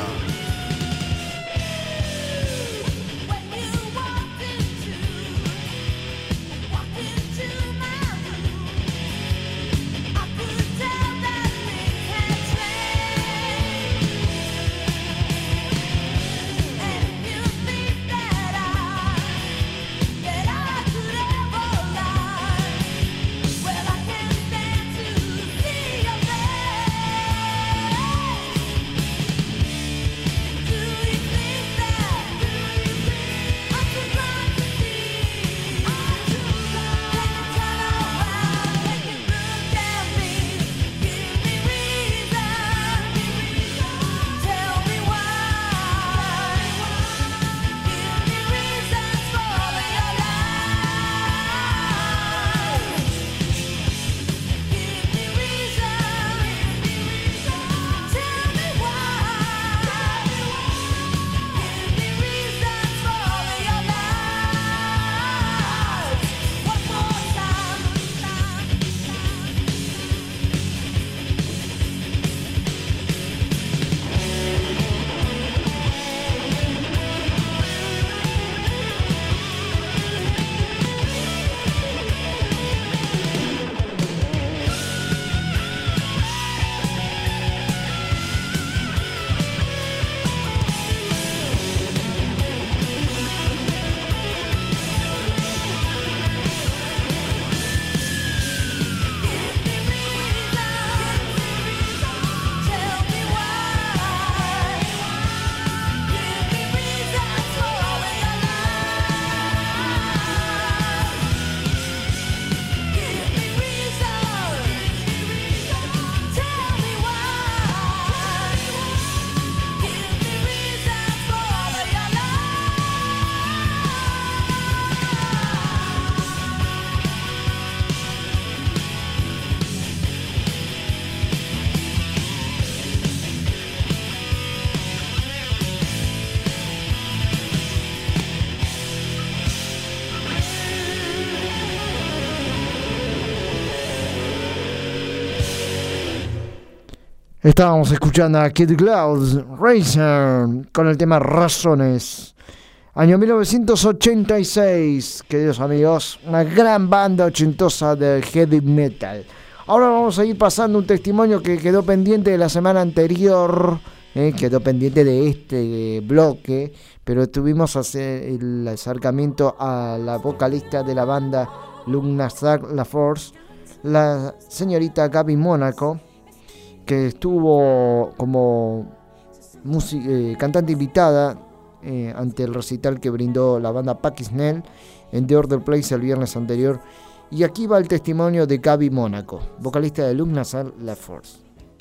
Estábamos escuchando a Kid Cloud Racer con el tema Razones. Año mil novecientos ochenta y seis, queridos amigos, una gran banda ochentosa de heavy metal. Ahora vamos a ir pasando un testimonio que quedó pendiente de la semana anterior, eh, quedó pendiente de este bloque, pero tuvimos hacer el acercamiento a la vocalista de la banda Lugnasar La Force, la señorita Gaby Mónaco, que estuvo como music- eh, cantante invitada eh, ante el recital que brindó la banda Pakisnell en The Other Place el viernes anterior. Y aquí va el testimonio de Gaby Mónaco, vocalista de Lugnasar La Force.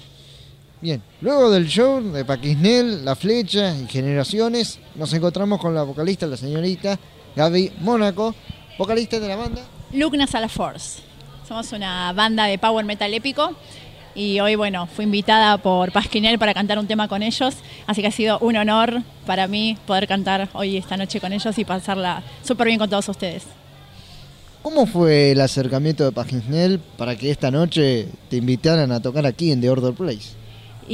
Bien, luego del show de Pakisnell, La Flecha y Generaciones, nos encontramos con la vocalista, la señorita Gaby Mónaco, vocalista de la banda Lugnasar La Force. Somos una banda de power metal épico. Y hoy, bueno, fui invitada por Pakisnell para cantar un tema con ellos, así que ha sido un honor para mí poder cantar hoy esta noche con ellos y pasarla súper bien con todos ustedes. ¿Cómo fue el acercamiento de Pakisnell para que esta noche te invitaran a tocar aquí en The Other Place?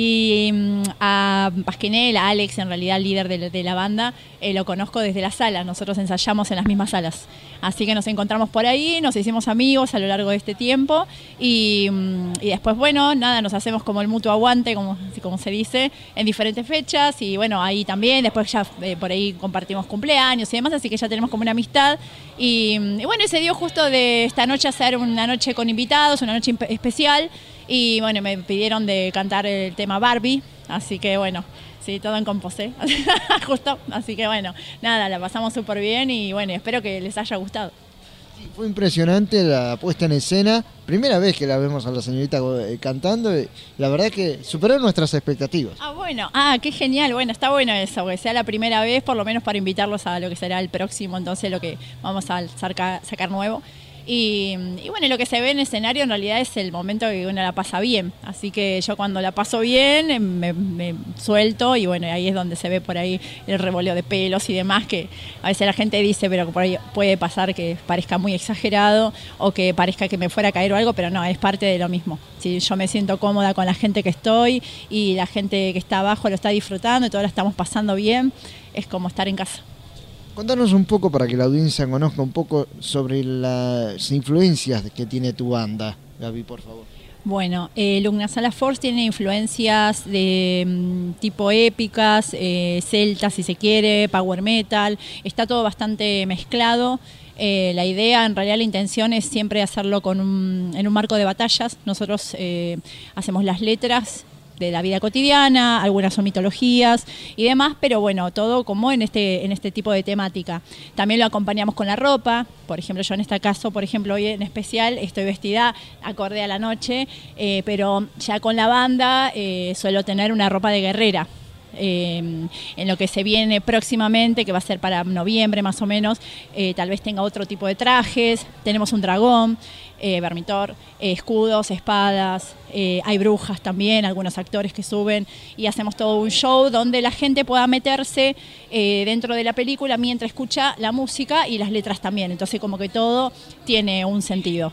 Y um, a Pakisnell, a Alex, en realidad el líder de, de la banda, eh, lo conozco desde la sala. Nosotros ensayamos en las mismas salas. Así que nos encontramos por ahí, nos hicimos amigos a lo largo de este tiempo y, um, y después, bueno, nada, nos hacemos como el mutuo aguante, como, como se dice, en diferentes fechas y bueno, ahí también, después ya eh, por ahí compartimos cumpleaños y demás, así que ya tenemos como una amistad y, y bueno, se dio justo de esta noche hacer una noche con invitados, una noche especial. Y bueno, me pidieron de cantar el tema Barbie, así que bueno, sí, todo en composé, justo, así que bueno, nada, la pasamos súper bien y bueno, espero que les haya gustado. Sí, fue impresionante la puesta en escena, primera vez que la vemos a la señorita cantando, y la verdad que superó nuestras expectativas. Ah, bueno, ah, qué genial, bueno, está bueno eso, que sea la primera vez, por lo menos para invitarlos a lo que será el próximo, entonces lo que vamos a sacar, sacar nuevo. Y, y bueno, lo que se ve en el escenario en realidad es el momento que uno la pasa bien. Así que yo cuando la paso bien me, me suelto y bueno, ahí es donde se ve por ahí el revoleo de pelos y demás, que a veces la gente dice, pero que por ahí puede pasar que parezca muy exagerado o que parezca que me fuera a caer o algo, pero no, es parte de lo mismo. Si yo me siento cómoda con la gente que estoy y la gente que está abajo lo está disfrutando y todos la estamos pasando bien, es como estar en casa. Contanos un poco para que la audiencia conozca un poco sobre las influencias que tiene tu banda, Gaby, por favor. Bueno, eh, Lugnasar La Force tiene influencias de um, tipo épicas, eh, celtas si se quiere, power metal, está todo bastante mezclado. Eh, la idea, en realidad la intención es siempre hacerlo con un, en un marco de batallas. Nosotros eh, hacemos las letras de la vida cotidiana, algunas son mitologías y demás, pero bueno, todo como en este, en este tipo de temática. También lo acompañamos con la ropa, por ejemplo, yo en este caso, por ejemplo, hoy en especial estoy vestida acorde a la noche, eh, pero ya con la banda eh, suelo tener una ropa de guerrera. Eh, en lo que se viene próximamente, que va a ser para noviembre más o menos, eh, tal vez tenga otro tipo de trajes. Tenemos un dragón, eh, Vermitor, eh, escudos, espadas, eh, hay brujas también, algunos actores que suben y hacemos todo un show donde la gente pueda meterse eh, dentro de la película mientras escucha la música y las letras también, entonces como que todo tiene un sentido.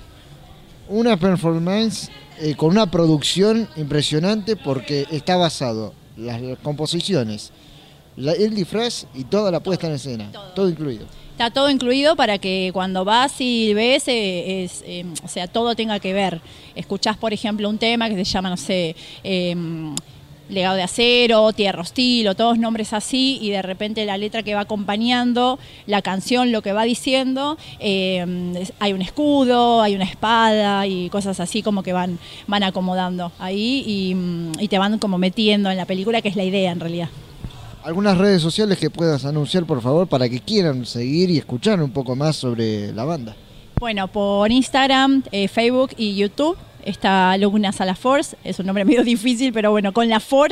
Una performance eh, con una producción impresionante porque está basado las composiciones, la, el disfraz y toda la puesta en escena, todo, todo incluido. Está todo incluido para que cuando vas y ves, eh, es, eh, o sea, todo tenga que ver. Escuchás, por ejemplo, un tema que se llama, no sé, eh, Legado de Acero, Tierra Hostil, o todos nombres así, y de repente la letra que va acompañando, la canción, lo que va diciendo, eh, hay un escudo, hay una espada y cosas así como que van, van acomodando ahí y, y te van como metiendo en la película, que es la idea en realidad. Algunas redes sociales que puedas anunciar, por favor, para que quieran seguir y escuchar un poco más sobre la banda. Bueno, por Instagram, eh, Facebook y YouTube está Lugnasar La Force, es un nombre medio difícil, pero bueno, con La Force,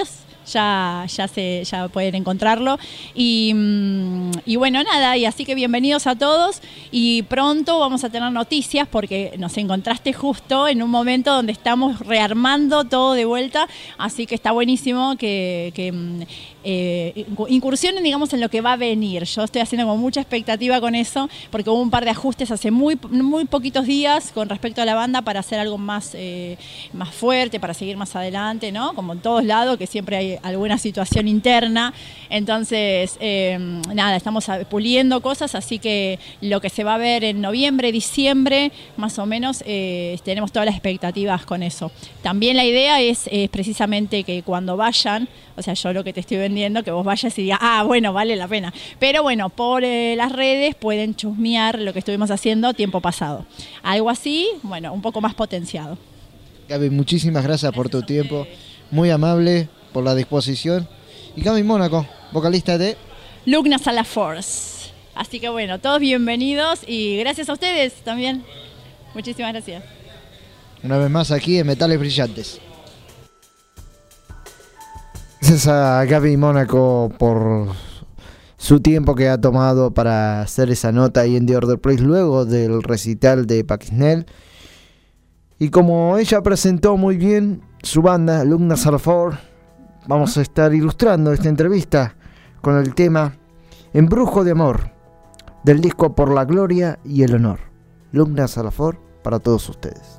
ya, ya, se, ya pueden encontrarlo. Y, y bueno, nada, y así que bienvenidos a todos. Y pronto vamos a tener noticias porque nos encontraste justo en un momento donde estamos rearmando todo de vuelta. Así que está buenísimo que, que eh, incursionen, digamos, en lo que va a venir. Yo estoy haciendo como mucha expectativa con eso porque hubo un par de ajustes hace muy, muy poquitos días con respecto a la banda para hacer algo más, eh, más fuerte, para seguir más adelante, ¿no? Como en todos lados, que siempre hay alguna situación interna. Entonces, eh, nada, estamos puliendo cosas, así que lo que se va a ver en noviembre, diciembre, más o menos, eh, tenemos todas las expectativas con eso. También la idea es, es precisamente que cuando vayan, o sea, yo lo que te estoy vendiendo, que vos vayas y digas, ah, bueno, vale la pena. Pero bueno, por eh, las redes pueden chusmear lo que estuvimos haciendo tiempo pasado. Algo así, bueno, un poco más potenciado. Gaby, muchísimas gracias por tu tiempo, muy amable, por la disposición. Y Gaby Mónaco, vocalista de Lugna Sala Force. Así que bueno, todos bienvenidos y gracias a ustedes también. Muchísimas gracias. Una vez más aquí en Metales Brillantes. Gracias a Gaby Mónaco por su tiempo que ha tomado para hacer esa nota ahí en The Other Place luego del recital de Paquisnel. Y como ella presentó muy bien su banda, Lugna Sala Force, vamos a estar ilustrando esta entrevista con el tema Embrujo de Amor del disco Por la Gloria y el Honor. Lugna Sala Force para todos ustedes.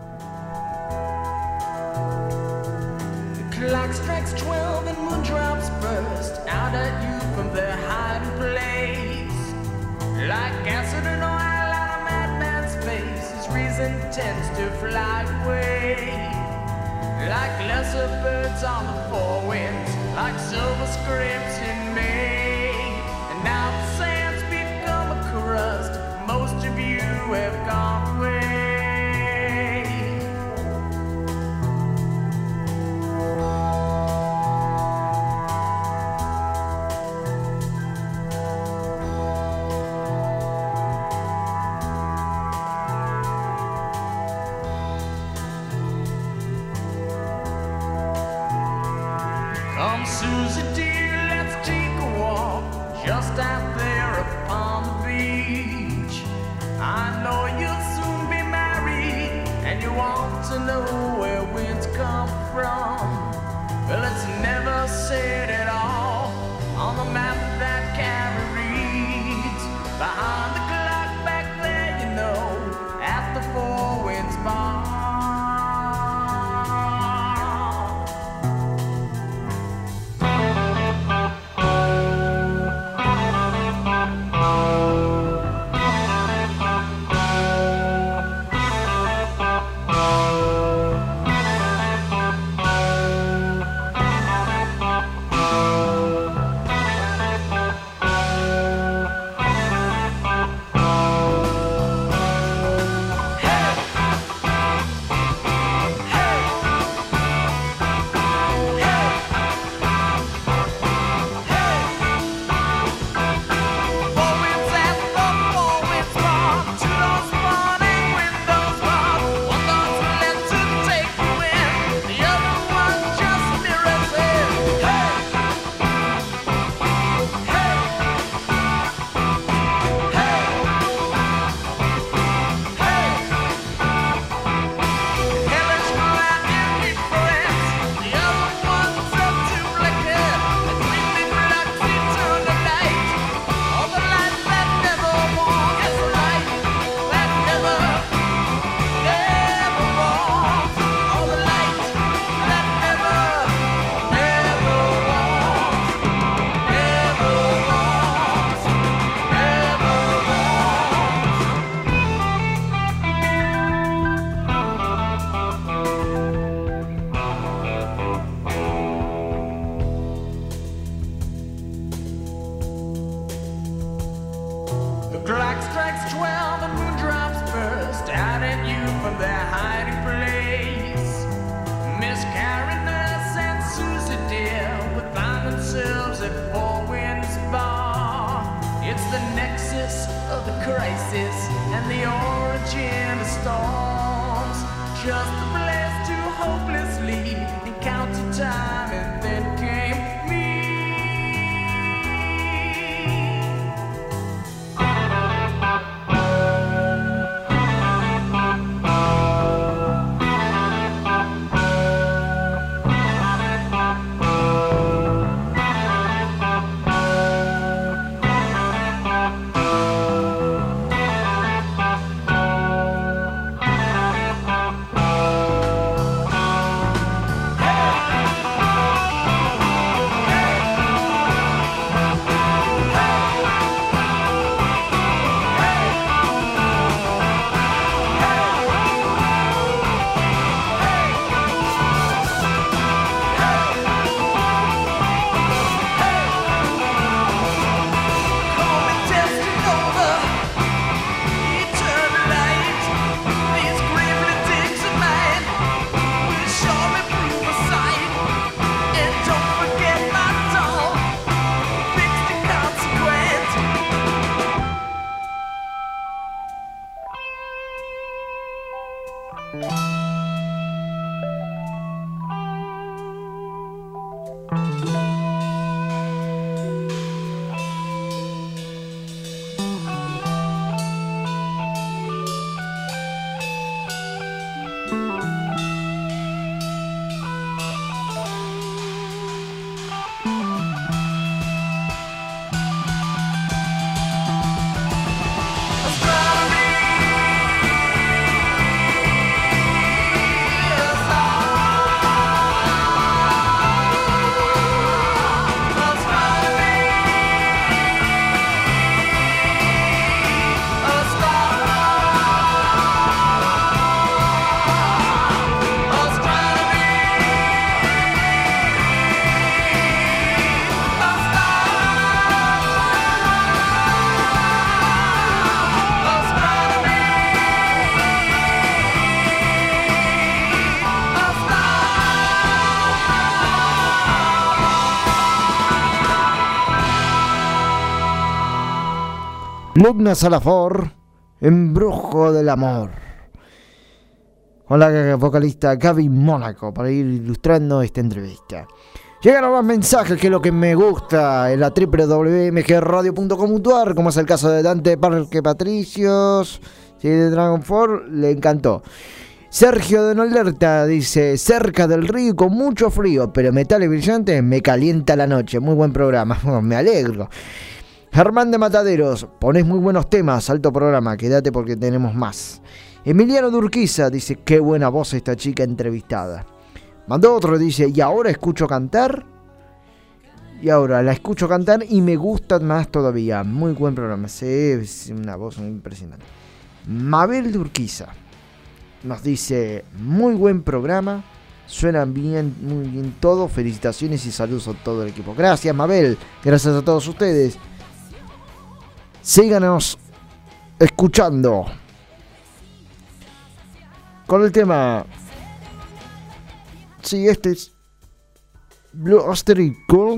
The clock strikes twelve and moondrops burst out at you from their hiding place. Like acid and oil on a madman's face, his reason tends to fly away. Like lesser birds on the four winds, like silver scripts in May. And now the sands become a crust, most of you have gone away. Come Susie dear, let's take a walk just out there upon the beach. I know you'll soon be married and you want to know where winds come from. Well, it's never said at all on the map that Carrie reads. Behind the clock back there, you know, at the Four Winds Bar. Clock strikes twelve and moondrops burst out at you from their hiding place. Miss Karen Nurse and Susie dear would find themselves at Four Winds Bar. It's the nexus of the crisis and the origin of storms. Just a place to hopelessly encounter time and then came Lugna Salafor, Embrujo del Amor, con la vocalista Gaby Mónaco, para ir ilustrando esta entrevista. Llegaron más mensajes, que es lo que me gusta, en la doble u doble u doble u punto m g radio punto com punto a r, como es el caso de Dante Parque Patricios, sí, de Dragon Force, le encantó. Sergio de Nolerta dice: cerca del río con mucho frío, pero metales brillantes me calienta la noche. Muy buen programa, me alegro. Germán de Mataderos: ponés muy buenos temas, alto programa, quédate porque tenemos más. Emiliano de Urquiza dice: qué buena voz esta chica entrevistada. Mandó otro, dice: y ahora escucho cantar. Y ahora la escucho cantar y me gusta más todavía. Muy buen programa, sí, es una voz muy impresionante. Mabel de Urquiza nos dice: muy buen programa, suenan bien, muy bien todo. Felicitaciones y saludos a todo el equipo. Gracias, Mabel, gracias a todos ustedes. Síganos escuchando con el tema. Sí, este es Blue Oyster Cult,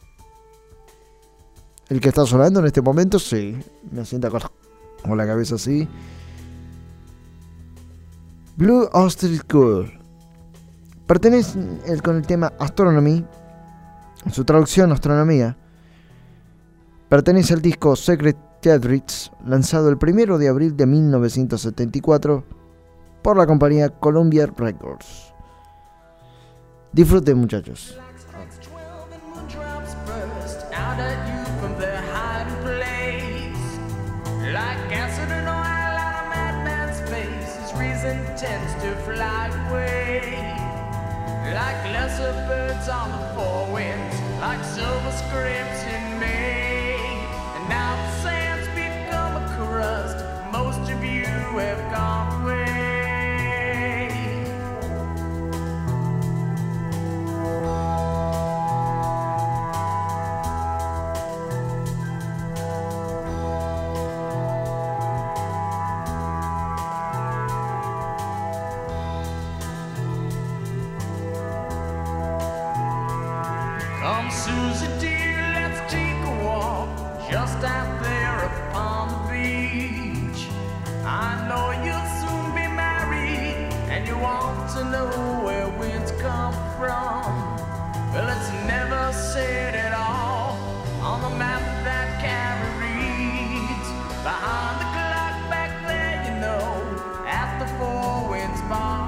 el que está sonando en este momento. Sí, me sienta con, con la cabeza así. Blue Oyster Cult pertenece el, con el tema Astronomy, en su traducción astronomía. Pertenece al disco Secret Theatrics, lanzado el primero de abril de mil novecientos setenta y cuatro por la compañía Columbia Records. Disfruten, muchachos. Have gone away. Come, Susie dear, let's take a walk just out there upon the beach. I know you'll soon be married, and you want to know where winds come from. Well, it's never said at all on the map that Carrie reads. Behind the clock back there, you know, at the Four Winds Bar.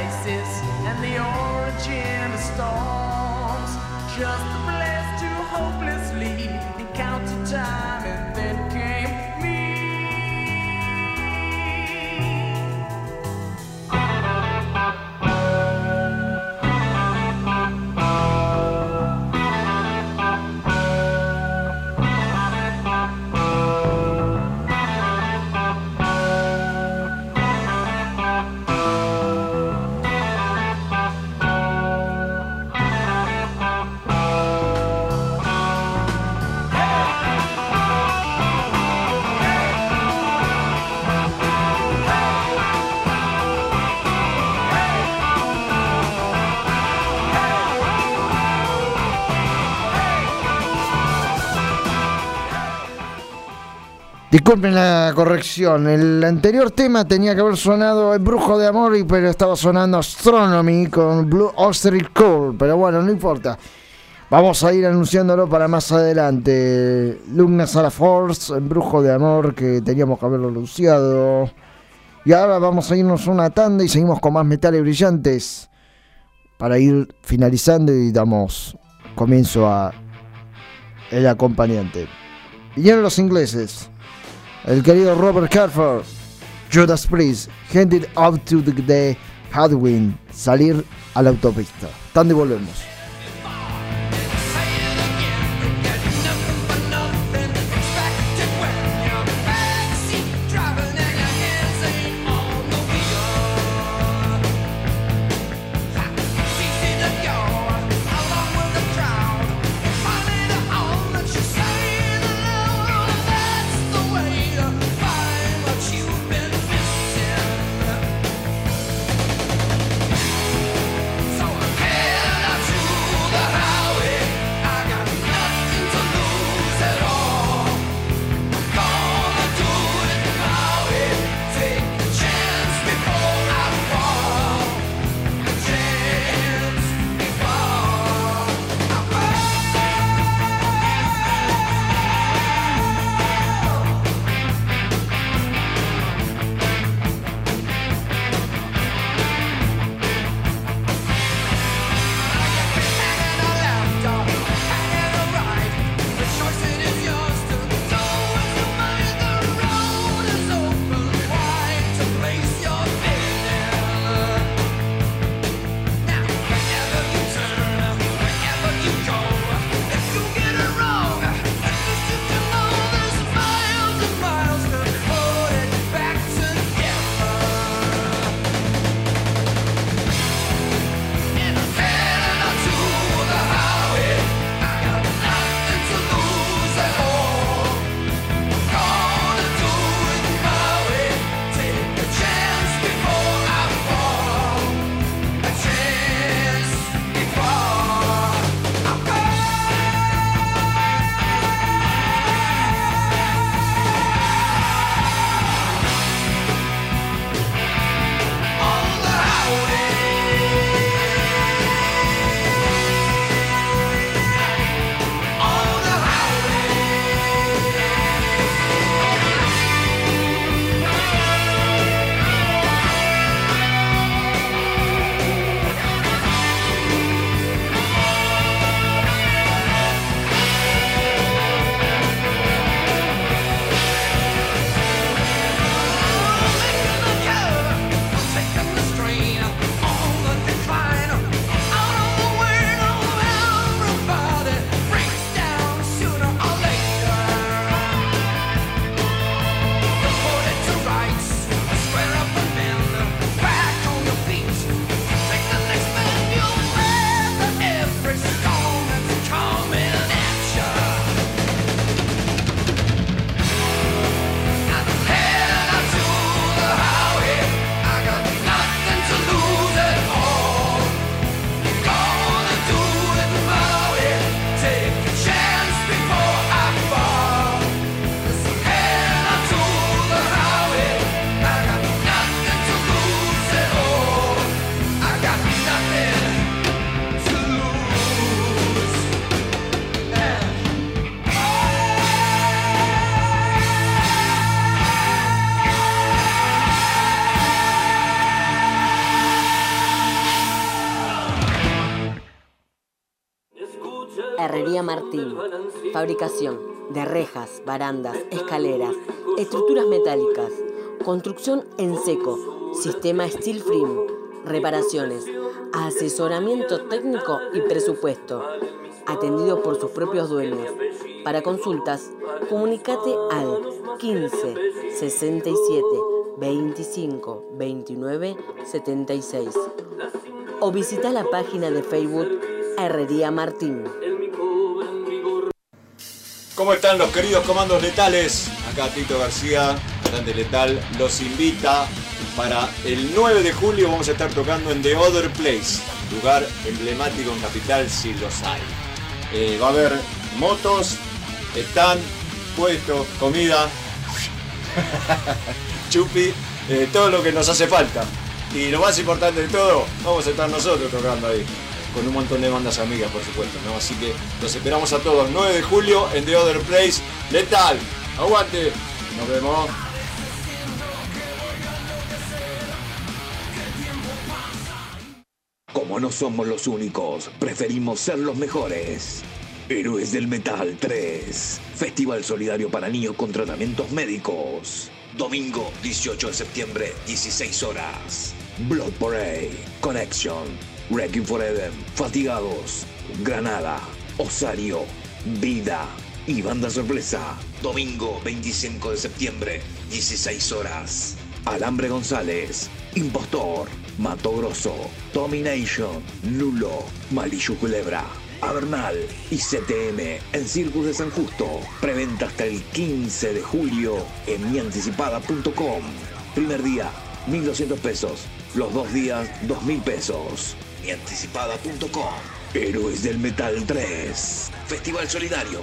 places and the origin of storms. Just a place to hopelessly encounter time, and then came me. Disculpen la corrección, el anterior tema tenía que haber sonado El Brujo de Amor, pero estaba sonando Astronomy con Blue Oyster Cult, pero bueno, no importa. Vamos a ir anunciándolo para más adelante. Lugna Sala Force, El Brujo de Amor, que teníamos que haberlo anunciado. Y ahora vamos a irnos una tanda y seguimos con más metales brillantes para ir finalizando y damos comienzo a el acompañante. Vinieron los ingleses. El querido Robert Carford, Judas Priest, Headed Up to the Headwind, salir a la autopista. Tanto y volvemos. So head up to Herrería Martín. Fabricación de rejas, barandas, escaleras, estructuras metálicas. Construcción en seco. Sistema Steel Frame. Reparaciones. Asesoramiento técnico y presupuesto. Atendido por sus propios dueños. Para consultas, comunícate al quince, sesenta y siete, veinticinco, veintinueve, setenta y seis o visita la página de Facebook Herrería Martín. ¿Cómo están los queridos comandos letales? Acá Tito García, Grande Letal, los invita para el nueve de julio. Vamos a estar tocando en The Other Place, lugar emblemático en Capital si los hay. Eh, va a haber motos, están puestos, comida, chupi, eh, todo lo que nos hace falta. Y lo más importante de todo, vamos a estar nosotros tocando ahí, con un montón de bandas amigas, por supuesto, ¿no? Así que los esperamos a todos, nueve de julio en The Other Place. Letal, aguante, nos vemos. Como no somos los únicos, preferimos ser los mejores. Héroes del Metal tres. Festival solidario para niños con tratamientos médicos. Domingo dieciocho de septiembre, dieciséis horas. Blood Parade, Connection, Wrecking for Eden, Fatigados, Granada, Osario, Vida y Banda Sorpresa. Domingo veinticinco de septiembre, dieciséis horas. Alambre González, Impostor, Mato Grosso, Domination, Lulo, Malillo Culebra, Avernal y C T M en Circus de San Justo. Preventa hasta el quince de julio en mianticipada punto com. Primer día, mil doscientos pesos. Los dos días, dos mil pesos. mianticipada punto com. Héroes del Metal tres. Festival solidario.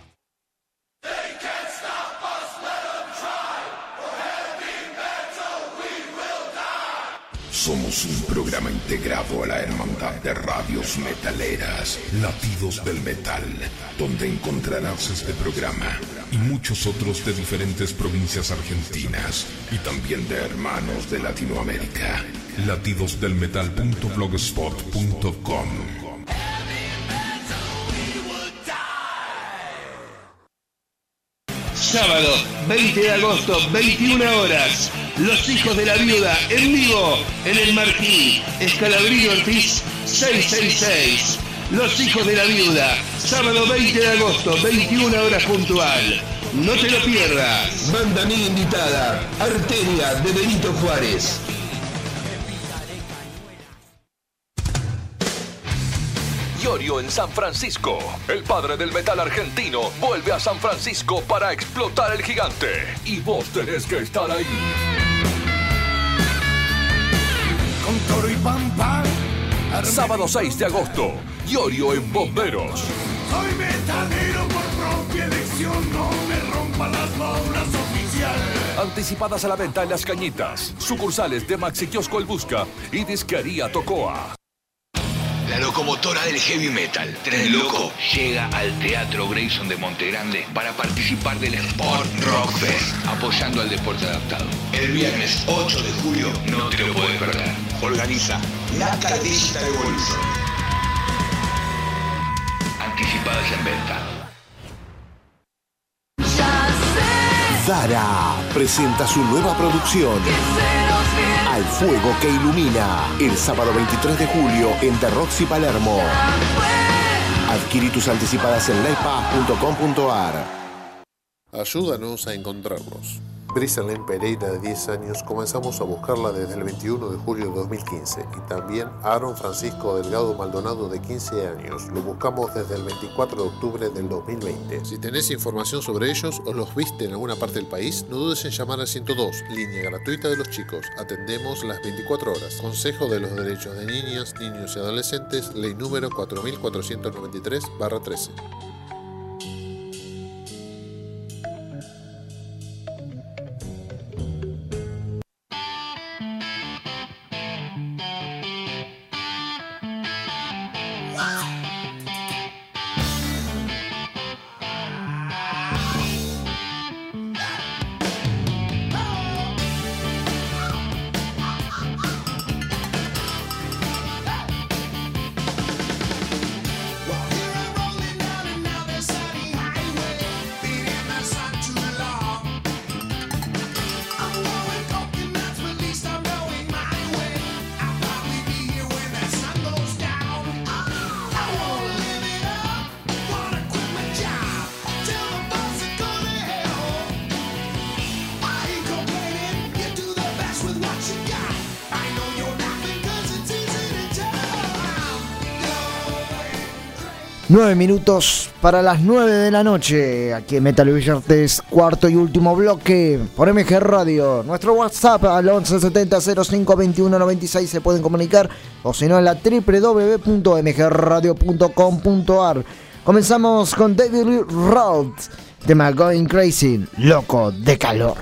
Somos un programa integrado a la Hermandad de Radios Metaleras, Latidos del Metal, donde encontrarás este programa y muchos otros de diferentes provincias argentinas y también de hermanos de Latinoamérica. latidos del metal punto blogspot punto com. Sábado, veinte de agosto, veintiuna horas. Los Hijos de la Viuda, en vivo, en el Marquí, Escalabrillo Ortiz, seiscientos sesenta y seis. Los Hijos de la Viuda, sábado veinte de agosto, veintiuna horas puntual. No te lo pierdas. Banda amiga invitada, Arteria de Benito Juárez. Iorio en San Francisco. El padre del metal argentino vuelve a San Francisco para explotar el gigante. Y vos tenés que estar ahí. Con toro y pampa. Sábado seis de agosto. Iorio en Bomberos. Soy metalero por propia elección. No me rompan las bolas oficial. Anticipadas a la venta en Las Cañitas. Sucursales de Maxi Kiosco El Busca y Disquería Tocoa. La locomotora del heavy metal, Tren Loco, llega al Teatro Grayson de Montegrande para participar del Sport Rock Fest, apoyando al deporte adaptado. El viernes ocho de julio, no te lo puedes perder. Organiza Naka Digital Evolution. Anticipadas en venta. Zara presenta su nueva producción, Al Fuego que Ilumina, el sábado veintitrés de julio en The Roxy Palermo. Adquirí tus anticipadas en livepass punto com punto ar. Ayúdanos a encontrarlos. Brisalén Pereira, de diez años, comenzamos a buscarla desde el veintiuno de julio de dos mil quince, y también Aaron Francisco Delgado Maldonado, de quince años. Lo buscamos desde el veinticuatro de octubre del dos mil veinte. Si tenés información sobre ellos o los viste en alguna parte del país, no dudes en llamar al ciento dos, línea gratuita de los chicos. Atendemos las veinticuatro horas. Consejo de los Derechos de Niñas, Niños y Adolescentes, ley número cuatro mil cuatrocientos noventa y tres barra trece. Nueve minutos para las nueve de la noche, aquí en Metal Brillantes, cuarto y último bloque por M G Radio. Nuestro WhatsApp al once setenta cero cinco veintiuno noventa y seis se pueden comunicar, o si no en la doble u doble u doble u punto m g radio punto com punto a r. Comenzamos con David Lee Roth, tema Going Crazy, loco de calor.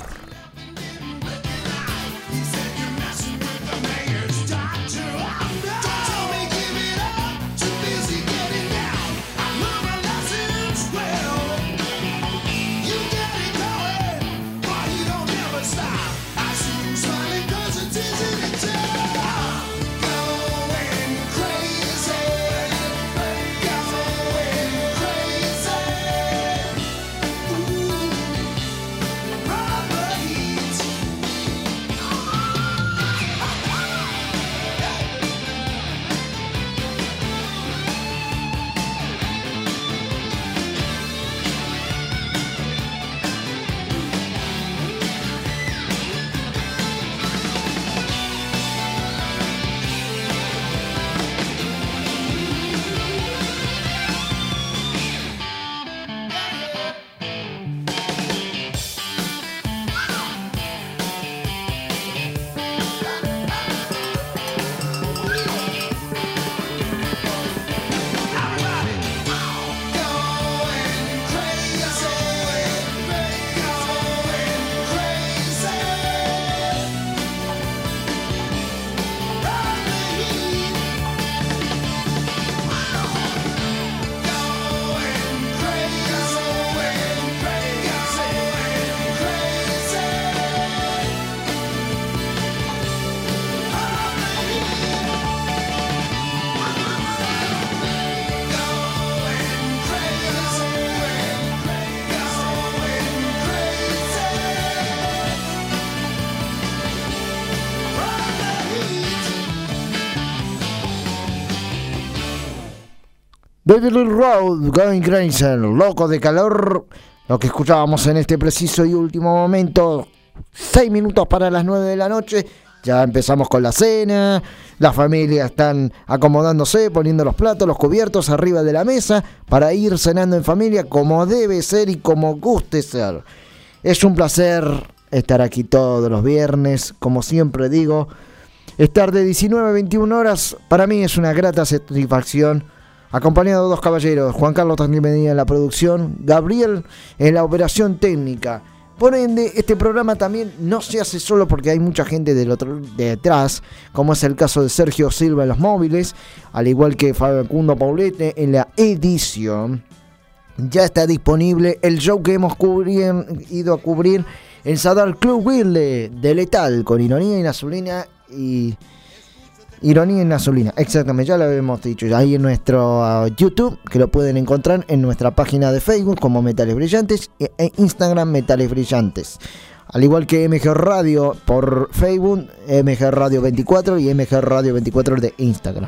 David Lee Roth, Going Crazy, loco de calor. Lo que escuchábamos en este preciso y último momento, seis minutos para las nueve de la noche. Ya empezamos con la cena, la familia están acomodándose, poniendo los platos, los cubiertos arriba de la mesa para ir cenando en familia como debe ser y como guste ser. Es un placer estar aquí todos los viernes, como siempre digo. Estar de diecinueve a veintiuna horas para mí es una grata satisfacción. Acompañado de dos caballeros, Juan Carlos Medina en la producción, Gabriel en la operación técnica. Por ende, este programa también no se hace solo porque hay mucha gente del otro detrás, como es el caso de Sergio Silva en los móviles, al igual que Facundo Paulete en la edición. Ya está disponible el show que hemos cubrir, ido a cubrir en Sadar Club Wilde de Letal, con Ironía y Nazulina y... Ironía y Nazulina, exactamente, ya lo habíamos dicho, ahí en nuestro uh, YouTube, que lo pueden encontrar en nuestra página de Facebook como Metales Brillantes e, e Instagram Metales Brillantes. Al igual que M G Radio por Facebook, M G Radio veinticuatro y M G Radio veinticuatro de Instagram.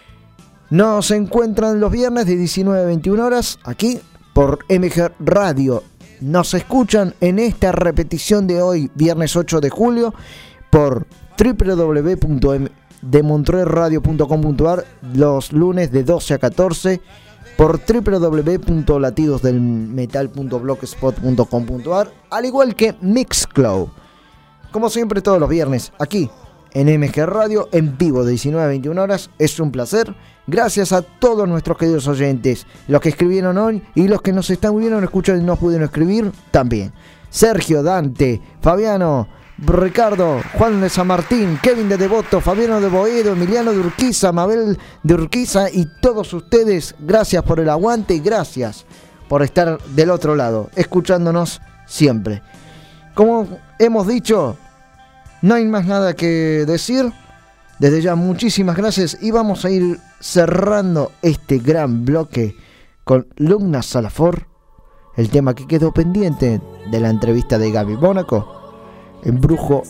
Nos encuentran los viernes de diecinueve a veintiuna horas aquí por M G Radio. Nos escuchan en esta repetición de hoy, viernes ocho de julio, por doble u doble u doble u punto m de montreux radio punto com punto a r, los lunes de doce a catorce, por doble u doble u doble u punto latidos del metal punto blogspot punto com punto a r, al igual que Mixcloud. Como siempre todos los viernes aquí en M G Radio en vivo de diecinueve a veintiuna horas. Es un placer. Gracias a todos nuestros queridos oyentes, los que escribieron hoy y los que nos están viendo, escuchan y no pudieron escribir también. Sergio, Dante, Fabiano, Ricardo, Juan de San Martín, Kevin de Devoto, Fabiano de Boedo, Emiliano de Urquiza, Mabel de Urquiza y todos ustedes, gracias por el aguante y gracias por estar del otro lado, escuchándonos siempre. Como hemos dicho, no hay más nada que decir. Desde ya muchísimas gracias y vamos a ir cerrando este gran bloque con Lugna Salafor, el tema que quedó pendiente de la entrevista de Gaby Mónaco, Embrujo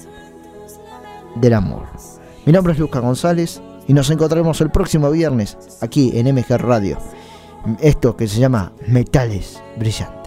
del Amor. Mi nombre es Lucas González y nos encontraremos el próximo viernes aquí en M G Radio. Esto que se llama Metales Brillantes.